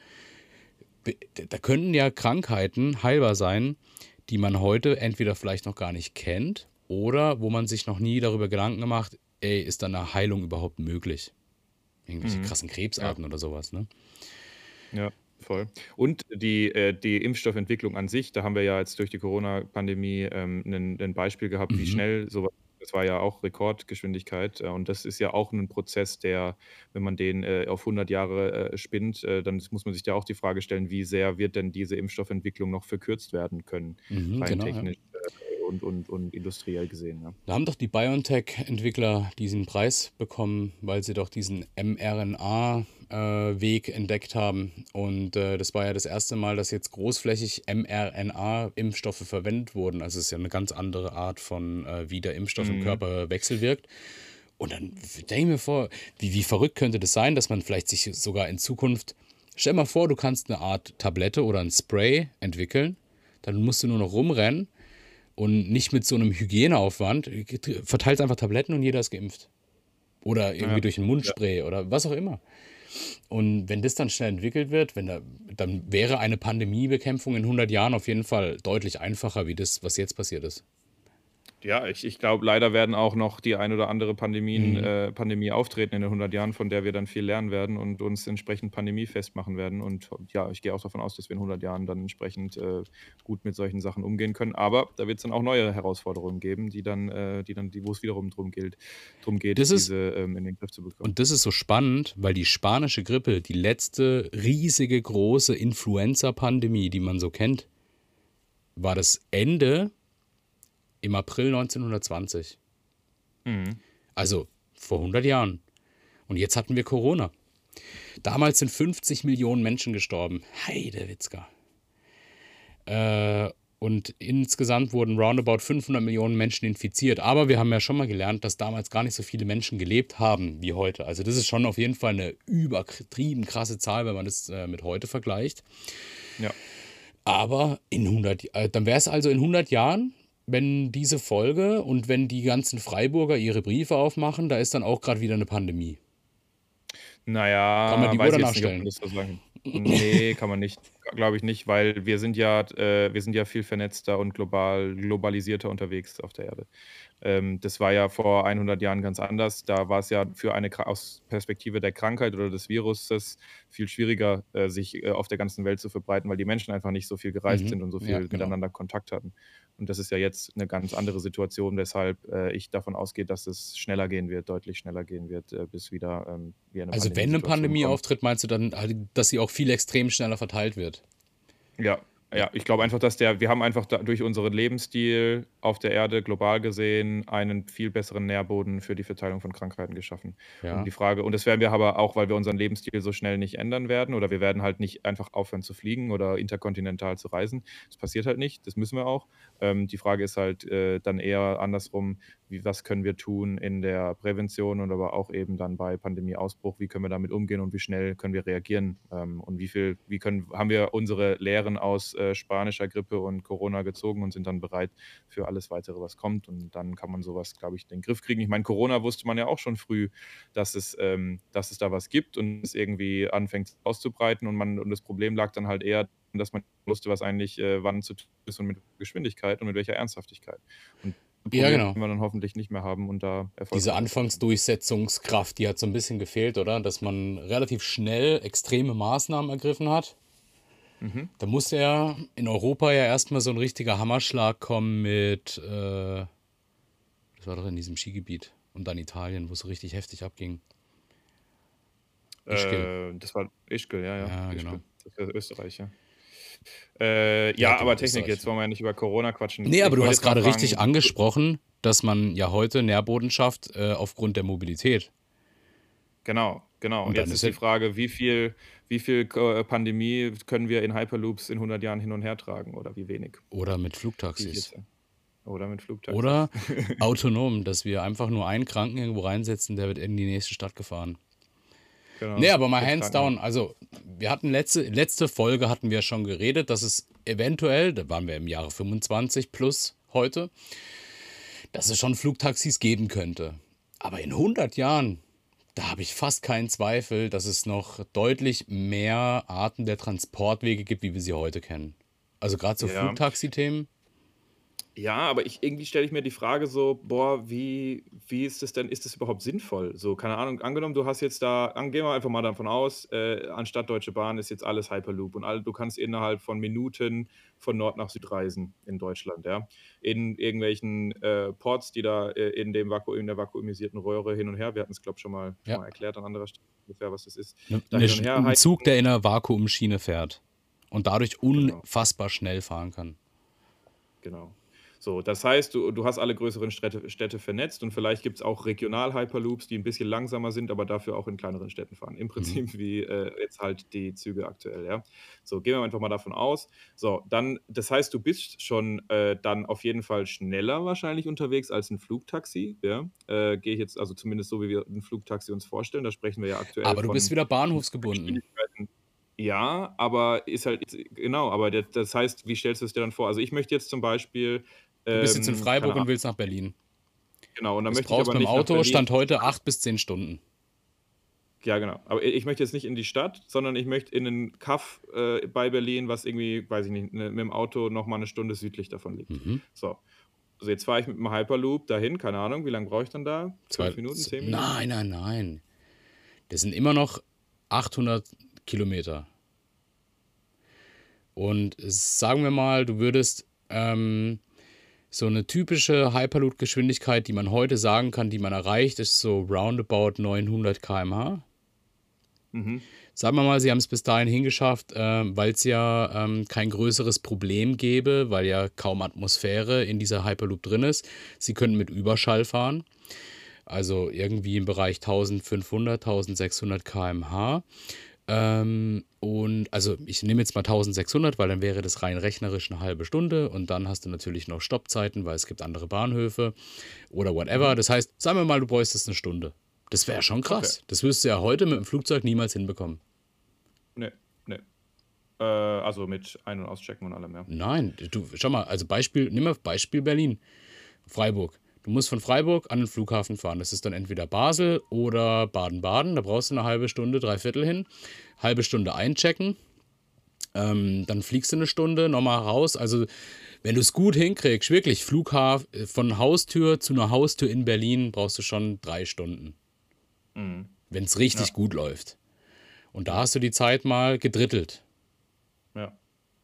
A: da könnten ja Krankheiten heilbar sein, die man heute entweder vielleicht noch gar nicht kennt oder wo man sich noch nie darüber Gedanken gemacht, ey, ist da eine Heilung überhaupt möglich? Irgendwelche
B: Mhm.
A: krassen
B: Ja.
A: Krebsarten oder sowas, ne?
B: Ja, voll. Und die Impfstoffentwicklung an sich, da haben wir ja jetzt durch die Corona-Pandemie 'nen Beispiel gehabt, wie
A: Mhm.
B: schnell so was, das war ja auch Rekordgeschwindigkeit. Und das ist ja auch ein Prozess, der, wenn man den auf 100 Jahre spinnt, dann muss man sich da auch die Frage stellen, wie sehr wird denn diese Impfstoffentwicklung noch verkürzt werden können,
A: Mhm,
B: rein
A: genau, ja.
B: technisch und industriell gesehen, ja.
A: Da haben doch die BioNTech-Entwickler diesen Preis bekommen, weil sie doch diesen mRNA-Weg entdeckt haben. Und das war ja das erste Mal, dass jetzt großflächig mRNA-Impfstoffe verwendet wurden. Also es ist ja eine ganz andere Art von, wie der Impfstoff im
B: Mhm.
A: Körper wechselwirkt. Und dann denke ich mir vor, wie verrückt könnte das sein, dass man vielleicht sich sogar in Zukunft, stell mal vor, du kannst eine Art Tablette oder ein Spray entwickeln, dann musst du nur noch rumrennen und nicht mit so einem Hygieneaufwand, verteilst einfach Tabletten und jeder ist geimpft. Oder irgendwie
B: Ja,
A: durch ein
B: ja.
A: Mundspray oder was auch immer. Und wenn das dann schnell entwickelt wird, dann wäre eine Pandemiebekämpfung in 100 Jahren auf jeden Fall deutlich einfacher, wie das, was jetzt passiert ist.
B: Ja, ich glaube, leider werden auch noch die ein oder andere
A: Mhm.
B: Pandemie auftreten in den 100 Jahren, von der wir dann viel lernen werden und uns entsprechend pandemiefest machen werden. Und ja, ich gehe auch davon aus, dass wir in 100 Jahren dann entsprechend gut mit solchen Sachen umgehen können. Aber da wird es dann auch neue Herausforderungen geben, wo es wiederum drum geht,
A: Das ist,
B: diese in den Griff zu bekommen.
A: und das ist so spannend, weil die spanische Grippe, die letzte riesige große Influenza-Pandemie, die man so kennt, war das Ende im April 1920.
B: Mhm.
A: Also vor 100 Jahren. Und jetzt hatten wir Corona. Damals sind 50 Millionen Menschen gestorben. Heidewitzka. Und insgesamt wurden roundabout 500 Millionen Menschen infiziert. Aber wir haben ja schon mal gelernt, dass damals gar nicht so viele Menschen gelebt haben wie heute. Also das ist schon auf jeden Fall eine übertrieben krasse Zahl, wenn man das mit heute vergleicht.
B: Ja.
A: Aber dann wäre es also in 100 Jahren, wenn diese Folge und wenn die ganzen Freiburger ihre Briefe aufmachen, da ist dann auch gerade wieder eine Pandemie. Kann man
B: Naja,
A: die Uhr
B: weiß ich
A: danach
B: jetzt nicht, ob man
A: stellen?
B: das so sagen. Nee, kann man nicht. Glaube ich nicht, weil wir sind ja viel vernetzter und globalisierter unterwegs auf der Erde. Das war ja vor 100 Jahren ganz anders. Da war es ja für aus Perspektive der Krankheit oder des Viruses viel schwieriger, sich auf der ganzen Welt zu verbreiten, weil die Menschen einfach nicht so viel gereist
A: Mhm.
B: sind und so
A: Ja,
B: viel
A: genau.
B: miteinander Kontakt hatten. Und das ist ja jetzt eine ganz andere Situation, weshalb ich davon ausgehe, dass es schneller gehen wird, deutlich schneller gehen wird, bis wieder wir in eine
A: Also wenn eine
B: Pandemiesituation
A: Pandemie
B: kommen.
A: auftritt, meinst du dann, halt, dass sie auch viel extrem schneller verteilt wird?
B: Ja,
A: Ja.
B: ja, ich glaube einfach, wir haben einfach durch unseren Lebensstil auf der Erde global gesehen einen viel besseren Nährboden für die Verteilung von Krankheiten geschaffen.
A: Ja.
B: Und das werden wir aber auch, weil wir unseren Lebensstil so schnell nicht ändern werden, oder wir werden halt nicht einfach aufhören zu fliegen oder interkontinental zu reisen. Das passiert halt nicht, das müssen wir auch. Die Frage ist halt dann eher andersrum, was können wir tun in der Prävention und aber auch eben dann bei Pandemieausbruch, wie können wir damit umgehen und wie schnell können wir reagieren, und haben wir unsere Lehren aus spanischer Grippe und Corona gezogen und sind dann bereit für alles Weitere, was kommt, und dann kann man sowas, glaube ich, in den Griff kriegen. Ich meine, Corona wusste man ja auch schon früh, dass es da was gibt und es irgendwie anfängt auszubreiten, und das Problem lag dann halt eher, dass man wusste, was eigentlich wann zu tun ist und mit Geschwindigkeit und mit welcher Ernsthaftigkeit. Und
A: Ja,
B: Probleme
A: genau.
B: wir dann hoffentlich nicht mehr haben und da
A: Diese
B: erfolgreicher sein können.
A: Anfangsdurchsetzungskraft, die hat so ein bisschen gefehlt, oder? Dass man relativ schnell extreme Maßnahmen ergriffen hat.
B: Mhm.
A: Da musste ja in Europa ja erstmal so ein richtiger Hammerschlag kommen mit, das war doch in diesem Skigebiet und dann Italien, wo es so richtig heftig abging. Ischgl.
B: Das war Ischgl, ja, ja,
A: Ja, genau.
B: Ischgl. Das ist Österreich, ja.
A: Ja,
B: Ja, aber
A: genau,
B: Technik,
A: Österreich.
B: jetzt wollen wir ja nicht über Corona quatschen.
A: Nee, aber
B: Ich
A: du
B: wollte
A: hast
B: jetzt mal
A: gerade richtig
B: fragen,
A: angesprochen, dass man ja heute Nährboden schafft aufgrund der Mobilität.
B: genau, genau. Und
A: Und dann
B: jetzt
A: ist
B: ist
A: ja,
B: die Frage, wie viel Pandemie können wir in Hyperloops in 100 Jahren hin und her tragen, oder wie wenig?
A: oder mit
B: Wie ich
A: Flugtaxis.
B: jetzt Oder mit Flugtaxis.
A: Oder autonom, dass wir einfach nur einen Kranken irgendwo reinsetzen, der wird in die nächste Stadt gefahren. Nee,
B: Genau,
A: aber mal
B: mit
A: hands
B: Krankenwagen.
A: down. Also, wir hatten letzte Folge hatten wir schon geredet, dass es eventuell, da waren wir im Jahre 25 plus heute, dass es schon Flugtaxis geben könnte. Aber in 100 Jahren, da habe ich fast keinen Zweifel, dass es noch deutlich mehr Arten der Transportwege gibt, wie wir sie heute kennen. Also gerade so
B: Ja.
A: Flugtaxi-Themen.
B: Ja, aber irgendwie stelle ich mir die Frage so: „Boah, wie ist das denn, ist das überhaupt sinnvoll?“ So, keine Ahnung, angenommen, du hast jetzt gehen wir einfach mal davon aus, anstatt Deutsche Bahn ist jetzt alles Hyperloop und du kannst innerhalb von Minuten von Nord nach Süd reisen in Deutschland, ja? In irgendwelchen, Ports, die da, in der vakuumisierten Röhre hin und her, wir hatten es, glaube ich, schon
A: Ja,
B: mal erklärt an anderer Stelle ungefähr, was das ist,
A: ne,
B: da hin und her
A: ein Zug,
B: heizen.
A: der in einer Vakuumschiene fährt und dadurch
B: Genau.
A: unfassbar schnell fahren kann.
B: Genau. So, das heißt, du hast alle größeren Städte vernetzt, und vielleicht gibt es auch Regional-Hyperloops, die ein bisschen langsamer sind, aber dafür auch in kleineren Städten fahren. Im
A: Mhm.
B: Prinzip wie, jetzt halt die Züge aktuell, ja. So, gehen wir einfach mal davon aus. So, dann das heißt, du bist schon, dann auf jeden Fall schneller wahrscheinlich unterwegs als ein Flugtaxi, ja? Gehe ich jetzt, also zumindest so, wie wir ein Flugtaxi uns vorstellen. Da sprechen wir ja aktuell
A: Aber du bist
B: von
A: wieder bahnhofsgebunden.
B: Geschwindigkeiten. Ja, aber ist halt genau, aber das heißt, wie stellst du es dir dann vor? Also, ich möchte jetzt zum Beispiel,
A: Du bist jetzt in
B: keine
A: Freiburg und
B: Ahnung,
A: willst nach Berlin.
B: genau, und dann
A: Das
B: möchte ich
A: brauchst
B: aber
A: mit dem
B: nicht nach
A: Auto,
B: Berlin.
A: Stand heute 8 bis 10 Stunden.
B: Ja, genau. Aber ich möchte jetzt nicht in die Stadt, sondern ich möchte in 'nen Kaff, bei Berlin, was irgendwie, weiß ich nicht, mit dem Auto noch mal 'ne Stunde südlich davon liegt.
A: Mhm.
B: So. Also, jetzt fahre ich mit dem Hyperloop dahin, keine Ahnung, wie lange brauche ich dann da? 5 Minuten, 10 Minuten?
A: Nein, nein, nein. Das sind immer noch 800 Kilometer. Und sagen wir mal, du würdest so eine typische Hyperloop-Geschwindigkeit, die man heute sagen kann, die man erreicht, ist so roundabout 900 km/h.
B: Mhm.
A: Sagen wir mal, sie haben es bis dahin hingeschafft, weil es ja kein größeres Problem gäbe, weil ja kaum Atmosphäre in dieser Hyperloop drin ist. Sie können mit Überschall fahren, also irgendwie im Bereich 1500, 1600 km/h. Und also ich nehme jetzt mal 1600, weil dann wäre das rein rechnerisch eine halbe Stunde und dann hast du natürlich noch Stoppzeiten, weil es gibt andere Bahnhöfe oder whatever.
B: Mhm.
A: Das heißt, sagen wir mal, du bräuchtest eine Stunde. Das wäre schon
B: Okay.
A: krass. Das wirst du ja heute mit dem Flugzeug niemals hinbekommen.
B: Ne, ne. Also, mit Ein und Auschecken und allem, ja.
A: Nein, du, schau mal, also Beispiel, nimm mal Beispiel Berlin, Freiburg. Du musst von Freiburg an den Flughafen fahren. Das ist dann entweder Basel oder Baden-Baden. Da brauchst du eine halbe Stunde, dreiviertel hin. Halbe Stunde einchecken. Dann fliegst du eine Stunde nochmal raus. Also, wenn du es gut hinkriegst, wirklich Flughafen von Haustür zu einer Haustür in Berlin, brauchst du schon 3 Stunden. Wenn es richtig
B: Ja.
A: gut läuft. Und da hast du die Zeit mal gedrittelt.
B: Ja.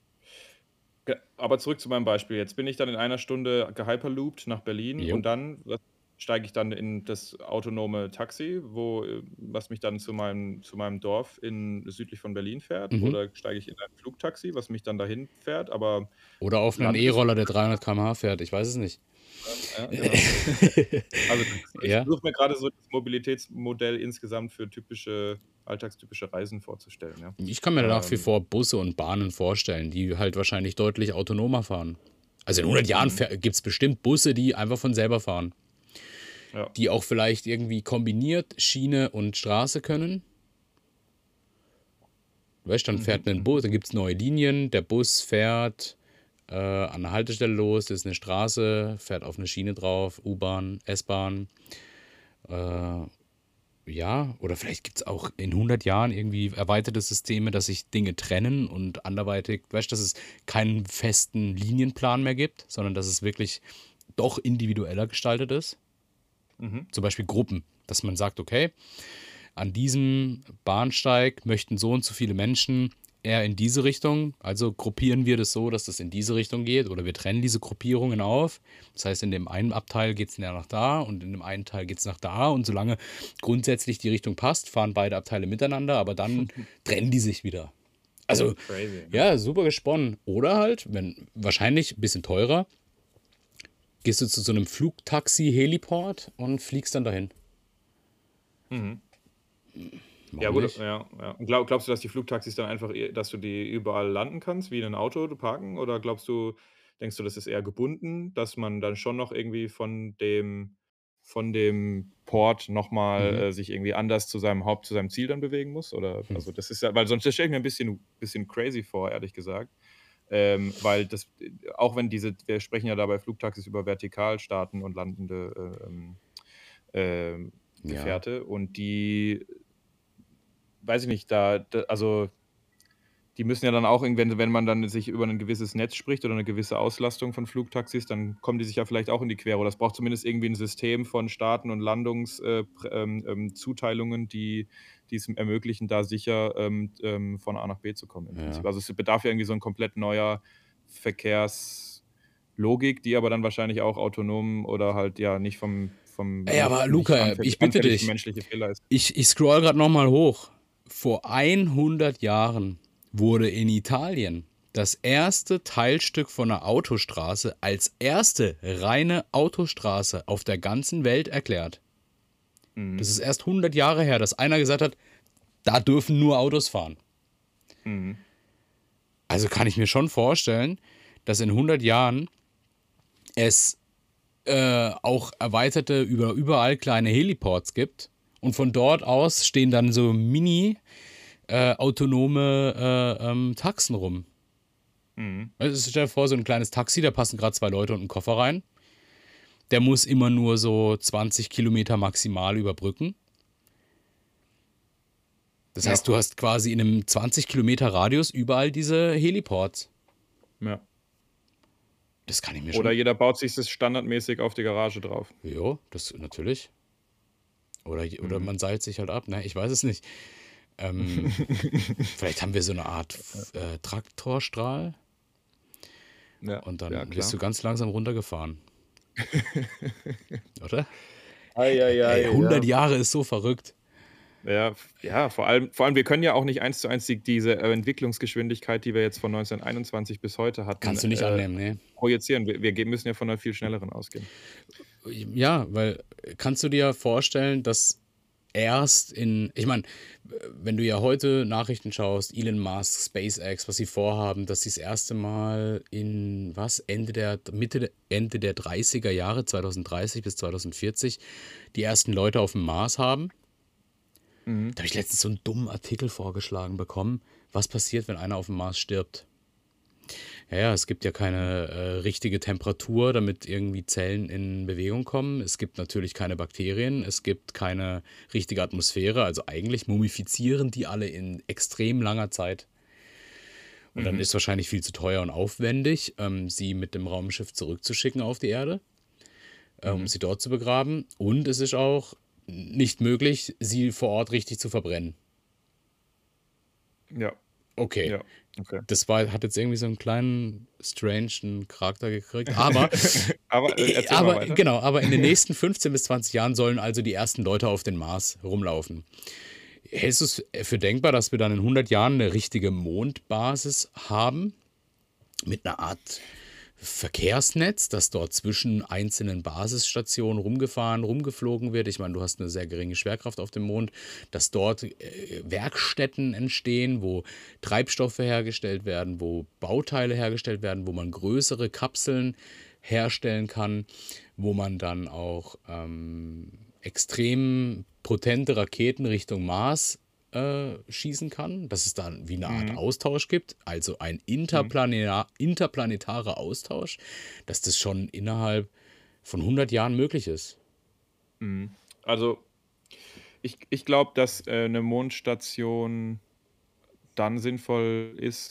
B: Aber zurück zu meinem Beispiel. Jetzt bin ich dann in einer Stunde gehyperloopt nach Berlin
A: Jo.
B: und dann steige ich dann in das autonome Taxi, was mich dann zu meinem Dorf südlich von Berlin fährt. Oder steige ich in ein Flugtaxi, was mich dann dahin fährt, aber
A: Oder auf einen
B: landet es
A: E-Roller, der 300 km/h fährt. Ich weiß es nicht.
B: ja, genau. Also ich
A: Ja.
B: versuche mir gerade so das Mobilitätsmodell insgesamt für alltagstypische Reisen vorzustellen. Ja.
A: Ich kann mir nach wie vor Busse und Bahnen vorstellen, die halt wahrscheinlich deutlich autonomer fahren. Also in 100 Jahren gibt es bestimmt Busse, die einfach von selber fahren.
B: Ja.
A: Die auch vielleicht irgendwie kombiniert Schiene und Straße können. Weißt du, dann fährt ein Bus, dann gibt es neue Linien, der Bus fährt an der Haltestelle los, das ist eine Straße, fährt auf eine Schiene drauf, U-Bahn, S-Bahn. Ja, oder vielleicht gibt es auch in 100 Jahren irgendwie erweiterte Systeme, dass sich Dinge trennen und anderweitig, weißt du, dass es keinen festen Linienplan mehr gibt, sondern dass es wirklich doch individueller gestaltet ist. Zum Beispiel Gruppen, dass man sagt, okay, an diesem Bahnsteig möchten so und so viele Menschen eher in diese Richtung, also gruppieren wir das so, dass das in diese Richtung geht oder wir trennen diese Gruppierungen auf. Das heißt, in dem einen Abteil geht es nach da und in dem einen Teil geht es nach da und solange grundsätzlich die Richtung passt, fahren beide Abteile miteinander, aber dann trennen die sich wieder. Also,
B: Crazy.
A: ja, super gesponnen. Oder halt, wenn wahrscheinlich ein bisschen teurer, gehst du zu so einem Flugtaxi-Heliport und fliegst dann dahin.
B: Ja, gut, ja. Und glaubst du, dass die Flugtaxis dann einfach, dass du die überall landen kannst, wie in ein Auto parken? Oder denkst du, das ist eher gebunden, dass man dann schon noch irgendwie von dem Port nochmal sich irgendwie anders zu seinem Ziel dann bewegen muss? Oder, also das ist ja, weil sonst stelle ich mir ein bisschen crazy vor, ehrlich gesagt. Weil das, auch wenn wir sprechen ja da bei Flugtaxis über vertikal starten und landende Gefährte und die, weiß ich nicht, also die müssen ja dann auch, wenn man dann sich über ein gewisses Netz spricht oder eine gewisse Auslastung von Flugtaxis, dann kommen die sich ja vielleicht auch in die Quere. Oder es braucht zumindest irgendwie ein System von Starten und Landungszuteilungen, die es ermöglichen, da sicher von A nach B zu kommen im Prinzip. Also es bedarf ja irgendwie so ein komplett neuer Verkehrslogik, die aber dann wahrscheinlich auch autonom oder halt ja nicht vom
A: Ey, aber Luca, ich bitte
B: anfällig für
A: dich,
B: menschliche Fehler ist.
A: ich scroll gerade nochmal hoch. Vor 100 Jahren wurde in Italien das erste Teilstück von einer Autostraße als erste reine Autostraße auf der ganzen Welt erklärt. Das ist erst 100 Jahre her, dass einer gesagt hat, da dürfen nur Autos fahren. Also kann ich mir schon vorstellen, dass in 100 Jahren es auch erweiterte, überall kleine Heliports gibt. Und von dort aus stehen dann so autonome Taxen rum. Also stell dir vor, so ein kleines Taxi, da passen gerade 2 Leute und ein Koffer rein. Der muss immer nur so 20 Kilometer maximal überbrücken. Das heißt, du hast quasi in einem 20 Kilometer Radius überall diese Heliports.
B: Ja.
A: Das kann ich mir schon.
B: Oder jeder baut sich das standardmäßig auf die Garage drauf.
A: Ja, das natürlich. Oder man seilt sich halt ab, ne? Ich weiß es nicht. Vielleicht haben wir so eine Art Traktorstrahl.
B: Ja,
A: Und dann
B: ja,
A: bist du
B: klar.
A: ganz langsam runtergefahren. Oder?
B: Ey,
A: 100 Jahre ist so verrückt.
B: Ja, vor allem, wir können ja auch nicht 1:1 diese Entwicklungsgeschwindigkeit, die wir jetzt von 1921 bis heute hatten,
A: Kannst du nicht annehmen, ne?
B: projizieren. Wir müssen ja von einer viel schnelleren ausgehen.
A: Ja, weil kannst du dir vorstellen, dass ich meine, wenn du ja heute Nachrichten schaust, Elon Musk, SpaceX, was sie vorhaben, dass sie das erste Mal in Ende der 30er Jahre, 2030 bis 2040, die ersten Leute auf dem Mars haben. Da habe ich letztens so einen dummen Artikel vorgeschlagen bekommen, was passiert, wenn einer auf dem Mars stirbt. Ja, ja, es gibt ja keine richtige Temperatur, damit irgendwie Zellen in Bewegung kommen. Es gibt natürlich keine Bakterien, es gibt keine richtige Atmosphäre. Also eigentlich mumifizieren die alle in extrem langer Zeit. Und dann
B: Mhm.
A: ist wahrscheinlich viel zu teuer und aufwendig, sie mit dem Raumschiff zurückzuschicken auf die Erde, um
B: Mhm.
A: sie dort zu begraben. Und es ist auch nicht möglich, sie vor Ort richtig zu verbrennen.
B: Ja,
A: Okay,
B: ja, okay.
A: hat jetzt irgendwie so einen kleinen strangen Charakter gekriegt, aber
B: Aber erzähl mal
A: Aber
B: weiter.
A: genau, aber in den nächsten 15 bis 20 Jahren sollen also die ersten Leute auf den Mars rumlaufen. Hältst du es für denkbar, dass wir dann in 100 Jahren eine richtige Mondbasis haben? Mit einer Art Verkehrsnetz, das dort zwischen einzelnen Basisstationen rumgefahren, rumgeflogen wird. Ich meine, du hast eine sehr geringe Schwerkraft auf dem Mond, dass dort Werkstätten entstehen, wo Treibstoffe hergestellt werden, wo Bauteile hergestellt werden, wo man größere Kapseln herstellen kann, wo man dann auch extrem potente Raketen Richtung Mars schießen kann, dass es dann wie eine Art
B: Mhm.
A: Austausch gibt, also ein
B: Mhm.
A: interplanetarer Austausch, dass das schon innerhalb von 100 Jahren möglich ist.
B: Mhm. Also, ich glaube, dass, 'ne Mondstation dann sinnvoll ist,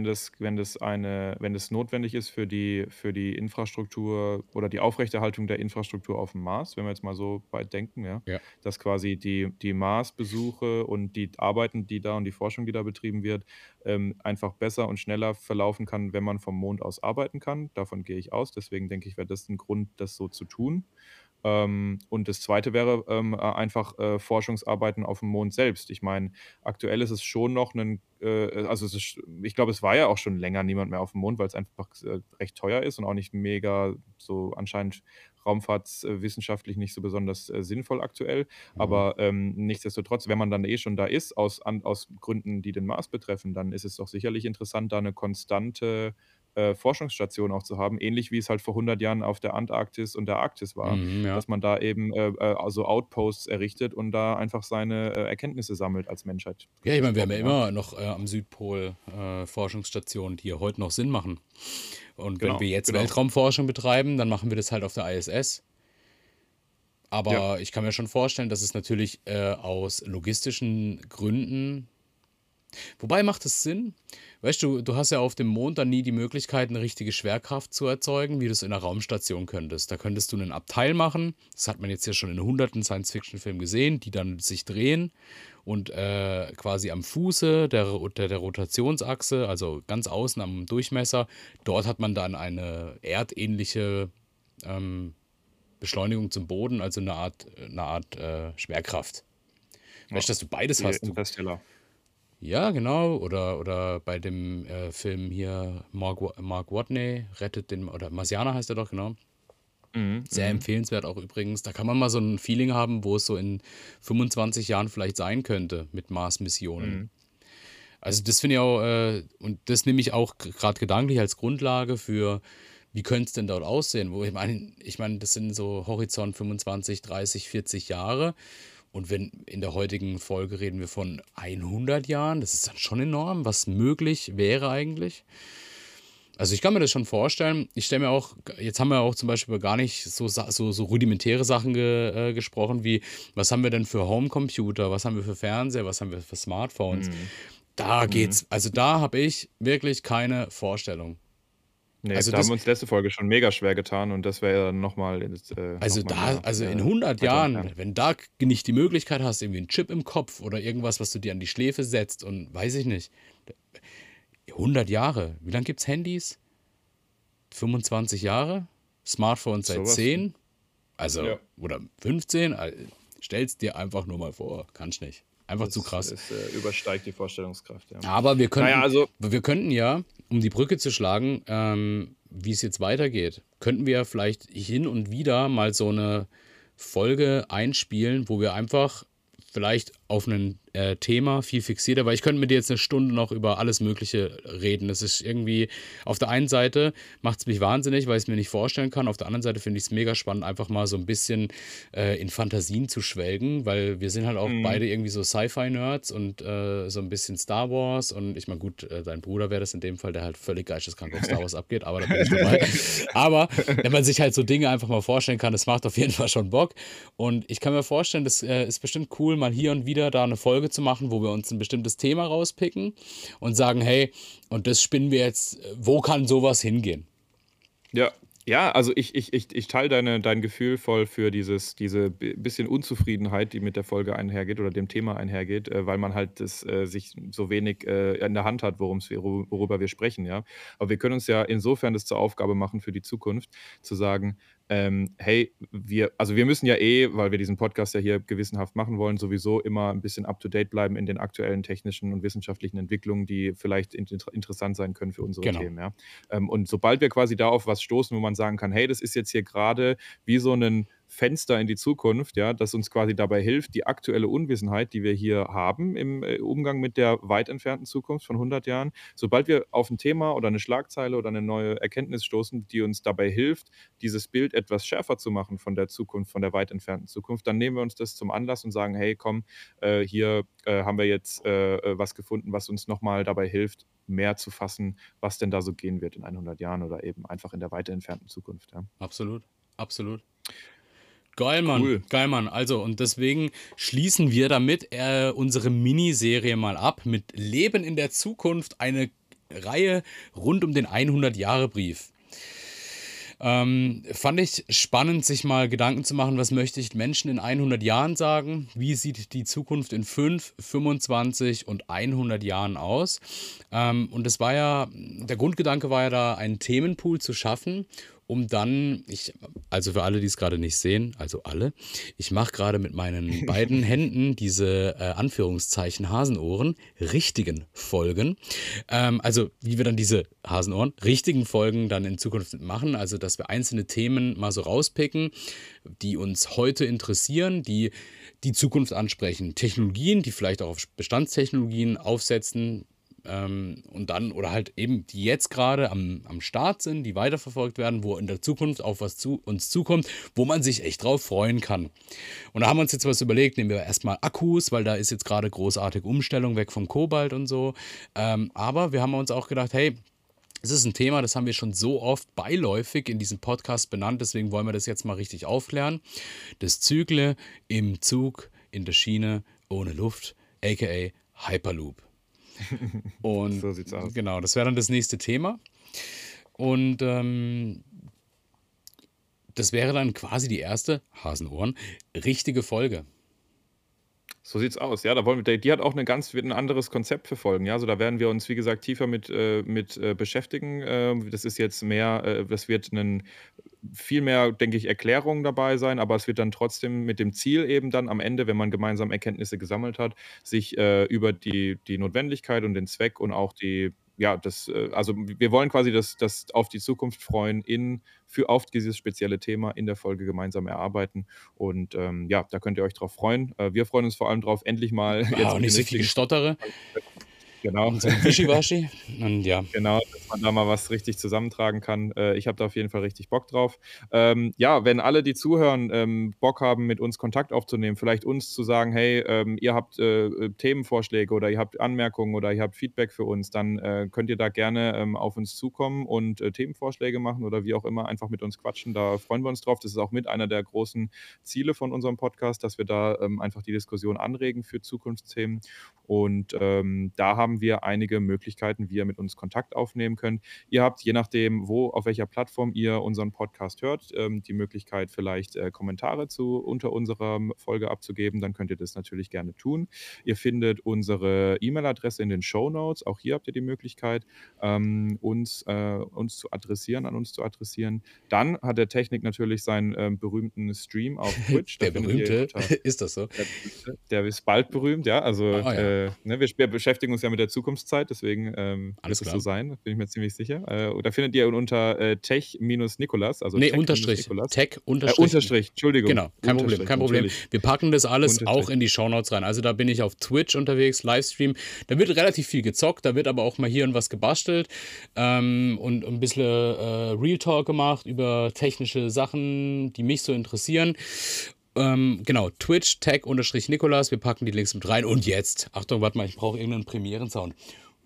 B: wenn das notwendig ist für die Infrastruktur oder die Aufrechterhaltung der Infrastruktur auf dem Mars, wenn wir jetzt mal so weit denken, ja,
A: Ja.
B: dass quasi die Marsbesuche und die Arbeiten, die da und die Forschung, die da betrieben wird, einfach besser und schneller verlaufen kann, wenn man vom Mond aus arbeiten kann. Davon gehe ich aus. Deswegen denke ich, wäre das ein Grund, das so zu tun. Und das Zweite wäre, einfach, Forschungsarbeiten auf dem Mond selbst. Ich meine, aktuell ist es schon noch ein, also, es ist ich glaube, es war ja auch schon länger niemand mehr auf dem Mond, weil es einfach, recht teuer ist und auch nicht mega so anscheinend raumfahrtswissenschaftlich nicht so besonders, sinnvoll aktuell.
A: Mhm.
B: Aber, nichtsdestotrotz, wenn man dann eh schon da ist, aus Gründen, die den Mars betreffen, dann ist es doch sicherlich interessant, da eine konstante, Forschungsstation auch zu haben, ähnlich wie es halt vor 100 Jahren auf der Antarktis und der Arktis war,
A: Mhm, ja.
B: dass man da eben, also Outposts errichtet und da einfach seine, Erkenntnisse sammelt als Menschheit
A: Ja, ich meine, wir haben ja
B: gesprochen, ja.
A: immer noch am Südpol Forschungsstationen, die ja heute noch Sinn machen. Und wenn wir
B: Genau,
A: jetzt
B: genau.
A: Weltraumforschung betreiben, dann machen wir das halt auf der ISS.
B: Ja.
A: Aber ich kann mir schon vorstellen, dass es natürlich aus logistischen Gründen. Wobei macht es Sinn? Weißt du, du hast ja auf dem Mond dann nie die Möglichkeit, eine richtige Schwerkraft zu erzeugen, wie du es in einer Raumstation könntest. Da könntest du einen Abteil machen, das hat man jetzt ja schon in hunderten Science-Fiction-Filmen gesehen, die dann sich drehen und quasi am Fuße der Rotationsachse, also ganz außen am Durchmesser, dort hat man dann eine erdähnliche ähm, Beschleunigung zum Boden, also eine Art Schwerkraft.
B: Ja,
A: Weißt du, dass du beides
B: wie
A: hast?
B: Interstellar.
A: Ja, genau. Oder bei dem Film hier Mark Watney rettet den, oder Marsianer heißt er doch, genau.
B: Mhm,
A: Sehr
B: mhm,
A: empfehlenswert auch übrigens. Da kann man mal so ein Feeling haben, wo es so in 25 Jahren vielleicht sein könnte mit Mars-Missionen.
B: mhm,
A: Also das finde ich auch, und das nehme ich auch gerade gedanklich als Grundlage für, wie könnte es denn dort aussehen? Wo ich meine, das sind so Horizont 25, 30, 40 Jahre. Und wenn in der heutigen Folge reden wir von 100 Jahren, das ist dann schon enorm, was möglich wäre eigentlich. Also ich kann mir das schon vorstellen. Ich stelle mir auch, jetzt haben wir auch zum Beispiel gar nicht so rudimentäre Sachen gesprochen, wie was haben wir denn für Homecomputer, was haben wir für Fernseher, was haben wir für Smartphones.
B: mhm,
A: Da
B: mhm.
A: geht's, also da habe ich wirklich keine Vorstellung.
B: Ne,
A: Also
B: da haben
A: das,
B: wir uns letzte Folge schon mega schwer getan und das wäre ja noch mal noch mal mehr,
A: also in 100
B: weiter
A: Jahren,
B: entfernt.
A: wenn da nicht die Möglichkeit hast, irgendwie einen Chip im Kopf oder irgendwas, was du dir an die Schläfe setzt und weiß ich nicht, 100 Jahre, wie lange gibt's Handys? 25 Jahre? Smartphones
B: So
A: seit
B: was von
A: 10? Also,
B: ja,
A: oder 15? Stell's dir einfach nur mal vor. Kannst nicht. Einfach zu
B: das
A: krass.
B: übersteigt die Vorstellungskraft, ja.
A: Aber
B: Na ja, also
A: wir könnten ja, um die Brücke zu schlagen, wie es jetzt weitergeht, könnten wir vielleicht hin und wieder mal so eine Folge einspielen, wo wir einfach vielleicht auf ein Thema viel fixierter, weil ich könnte mit dir jetzt eine Stunde noch über alles Mögliche reden. Das ist irgendwie, auf der einen Seite macht es mich wahnsinnig, weil ich es mir nicht vorstellen kann. Auf der anderen Seite finde ich es mega spannend, einfach mal so ein bisschen in Fantasien zu schwelgen, weil wir sind halt auch
B: Mhm.
A: beide irgendwie so Sci-Fi-Nerds und so ein bisschen Star Wars. Und ich meine, gut, dein Bruder wäre das in dem Fall, der halt völlig geisteskrank auf Star Wars abgeht, aber da bin ich dabei. Aber wenn man sich halt so Dinge einfach mal vorstellen kann, das macht auf jeden Fall schon Bock. Und ich kann mir vorstellen, das ist bestimmt cool, mal hier und wieder da eine Folge zu machen, wo wir uns ein bestimmtes Thema rauspicken und sagen, hey, und das spinnen wir jetzt, wo kann sowas hingehen?
B: Ja, ja, also ich teile dein Gefühl voll für diese bisschen Unzufriedenheit, die mit der Folge einhergeht oder dem Thema einhergeht, weil man halt das sich so wenig in der Hand hat, worüber wir sprechen, ja. Aber wir können uns ja insofern das zur Aufgabe machen für die Zukunft, zu sagen, hey, also wir müssen ja weil wir diesen Podcast ja hier gewissenhaft machen wollen, sowieso immer ein bisschen up to date bleiben in den aktuellen technischen und wissenschaftlichen Entwicklungen, die vielleicht interessant sein können für unsere
A: Genau.
B: Themen, ja. Und sobald wir quasi da auf was stoßen, wo man sagen kann, hey, das ist jetzt hier gerade wie so ein Fenster in die Zukunft, ja, das uns quasi dabei hilft, die aktuelle Unwissenheit, die wir hier haben im Umgang mit der weit entfernten Zukunft von 100 Jahren, sobald wir auf ein Thema oder eine Schlagzeile oder eine neue Erkenntnis stoßen, die uns dabei hilft, dieses Bild etwas schärfer zu machen von der Zukunft, von der weit entfernten Zukunft, dann nehmen wir uns das zum Anlass und sagen, hey, komm, hier haben wir jetzt was gefunden, was uns nochmal dabei hilft, mehr zu fassen, was denn da so gehen wird in 100 Jahren oder eben einfach in der weit entfernten Zukunft. Ja.
A: Absolut, absolut. Geil, Mann,
B: Cool.
A: geil, Mann. Also, und deswegen schließen wir damit unsere Miniserie mal ab mit Leben in der Zukunft, eine Reihe rund um den 100-Jahre-Brief. Fand ich spannend, sich mal Gedanken zu machen, was möchte ich Menschen in 100 Jahren sagen? Wie sieht die Zukunft in 5, 25 und 100 Jahren aus? Und das war ja, der Grundgedanke war ja da, einen Themenpool zu schaffen, um dann, also für alle, die es gerade nicht sehen, also alle, ich mache gerade mit meinen beiden Händen diese Anführungszeichen Hasenohren, richtigen Folgen. Also wie wir dann diese Hasenohren, richtigen Folgen dann in Zukunft machen, also dass wir einzelne Themen mal so rauspicken, die uns heute interessieren, die die Zukunft ansprechen. Technologien, die vielleicht auch auf Bestandstechnologien aufsetzen, und dann, oder halt eben, die jetzt gerade am Start sind, die weiterverfolgt werden, wo in der Zukunft auf was uns zukommt, wo man sich echt drauf freuen kann. Und da haben wir uns jetzt was überlegt, nehmen wir erstmal Akkus, weil da ist jetzt gerade großartige Umstellung weg vom Kobalt und so. Aber wir haben uns auch gedacht, hey, es ist ein Thema, das haben wir schon so oft beiläufig in diesem Podcast benannt, deswegen wollen wir das jetzt mal richtig aufklären. Das Zügle im Zug, in der Schiene, ohne Luft, aka Hyperloop. Und
B: So sieht's aus.
A: genau, das wäre dann das nächste Thema. Und das wäre dann quasi die erste, Hasenohren, richtige Folge.
B: So sieht's aus. Ja, die hat auch wird ein anderes Konzept für Folgen. Ja, also da werden wir uns, wie gesagt, tiefer mit beschäftigen. Das ist jetzt mehr, das wird viel mehr, denke ich, Erklärungen dabei sein, aber es wird dann trotzdem mit dem Ziel eben dann am Ende, wenn man gemeinsam Erkenntnisse gesammelt hat, sich über die Notwendigkeit und den Zweck und auch also wir wollen quasi das auf die Zukunft freuen, auf dieses spezielle Thema in der Folge gemeinsam erarbeiten. Und ja, da könnt ihr euch drauf freuen. Wir freuen uns vor allem drauf, endlich mal jetzt
A: Ja, und
B: mit
A: nicht
B: den
A: so viel
B: richtigen
A: Gestottere
B: Genau.
A: und so ein Wischiwaschi. Und ja,
B: Genau, dass man da mal was richtig zusammentragen kann. Ich habe da auf jeden Fall richtig Bock drauf. Ja, wenn alle, die zuhören, Bock haben, mit uns Kontakt aufzunehmen, vielleicht uns zu sagen, hey, ihr habt Themenvorschläge oder ihr habt Anmerkungen oder ihr habt Feedback für uns, dann könnt ihr da gerne auf uns zukommen und Themenvorschläge machen oder wie auch immer, einfach mit uns quatschen. Da freuen wir uns drauf. Das ist auch mit einer der großen Ziele von unserem Podcast, dass wir da einfach die Diskussion anregen für Zukunftsthemen. Und da haben wir einige Möglichkeiten, wie ihr mit uns Kontakt aufnehmen könnt. Ihr habt, je nachdem, auf welcher Plattform ihr unseren Podcast hört, die Möglichkeit, vielleicht Kommentare unter unserer Folge abzugeben. Dann könnt ihr das natürlich gerne tun. Ihr findet unsere E-Mail-Adresse in den Shownotes. Auch hier habt ihr die Möglichkeit, uns zu adressieren. Dann hat der Technik natürlich seinen berühmten Stream auf Twitch.
A: der berühmte, ist das so?
B: Der ist bald berühmt, ja. Also
A: Ah, ja.
B: wir beschäftigen uns ja mit der Zukunftszeit, deswegen wird
A: Alles
B: es so
A: klar.
B: sein, da bin ich mir ziemlich sicher. Da findet ihr ihn unter Tech-Nikolas, also
A: Nee, Unterstrich.
B: Tech-Nikolas.
A: Tech, Unterstrich.
B: Unterstrich, Entschuldigung.
A: Genau, kein Problem,
B: Unterstrich,
A: kein Problem.
B: natürlich.
A: Wir packen das alles auch
B: Unterstrich.
A: in die Shownotes rein. Also da bin ich auf Twitch unterwegs, Livestream. Da wird relativ viel gezockt, da wird aber auch mal hier und was gebastelt und ein bisschen Real Talk gemacht über technische Sachen, die mich so interessieren. Genau, Twitch, Tech-Nikolas. Wir packen die Links mit rein. Und jetzt, Achtung, warte mal, ich brauche irgendeinen Premieren-Sound.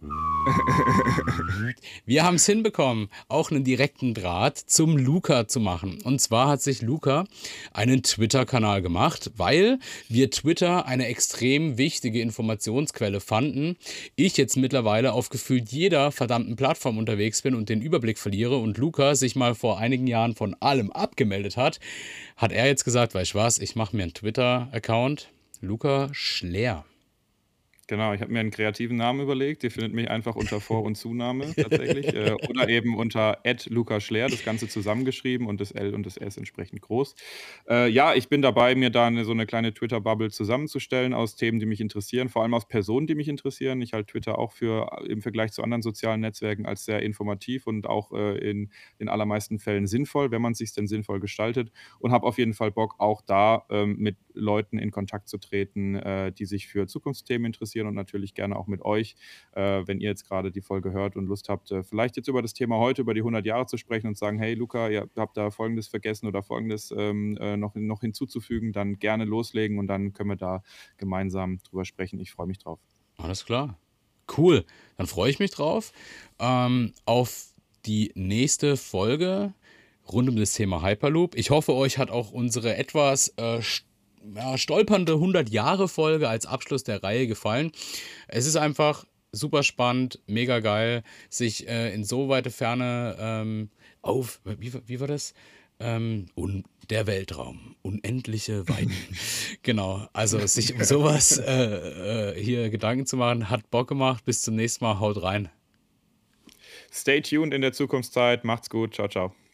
A: Wir haben es hinbekommen, auch einen direkten Draht zum Luca zu machen. Und zwar hat sich Luca einen Twitter-Kanal gemacht, weil wir Twitter eine extrem wichtige Informationsquelle fanden. Ich jetzt mittlerweile auf gefühlt jeder verdammten Plattform unterwegs bin und den Überblick verliere und Luca sich mal vor einigen Jahren von allem abgemeldet hat, hat er jetzt gesagt, weißt du was, ich mache mir einen Twitter-Account. Luca Schler.
B: Genau, ich habe mir einen kreativen Namen überlegt. Ihr findet mich einfach unter Vor- und Zunahme tatsächlich. Oder eben unter @lucaschler, das Ganze zusammengeschrieben und das L und das S entsprechend groß. Ja, ich bin dabei, mir da so eine kleine Twitter-Bubble zusammenzustellen aus Themen, die mich interessieren, vor allem aus Personen, die mich interessieren. Ich halte Twitter auch für im Vergleich zu anderen sozialen Netzwerken als sehr informativ und auch in den allermeisten Fällen sinnvoll, wenn man es sich denn sinnvoll gestaltet. Und habe auf jeden Fall Bock, auch da mit Leuten in Kontakt zu treten, die sich für Zukunftsthemen interessieren und natürlich gerne auch mit euch, wenn ihr jetzt gerade die Folge hört und Lust habt, vielleicht jetzt über das Thema heute, über die 100 Jahre zu sprechen und sagen, hey Luca, ihr habt da Folgendes vergessen oder Folgendes noch hinzuzufügen, dann gerne loslegen und dann können wir da gemeinsam drüber sprechen. Ich freue mich drauf.
A: Alles klar. Cool. Dann freue ich mich drauf. Auf die nächste Folge rund um das Thema Hyperloop. Ich hoffe, euch hat auch unsere etwas stolpernde 100-Jahre-Folge als Abschluss der Reihe gefallen. Es ist einfach super spannend, mega geil, sich in so weite Ferne wie war das? Und der Weltraum, unendliche Weiten. Genau, also sich um sowas hier Gedanken zu machen, hat Bock gemacht. Bis zum nächsten Mal, haut rein.
B: Stay tuned in der Zukunftszeit. Macht's gut. Ciao, ciao.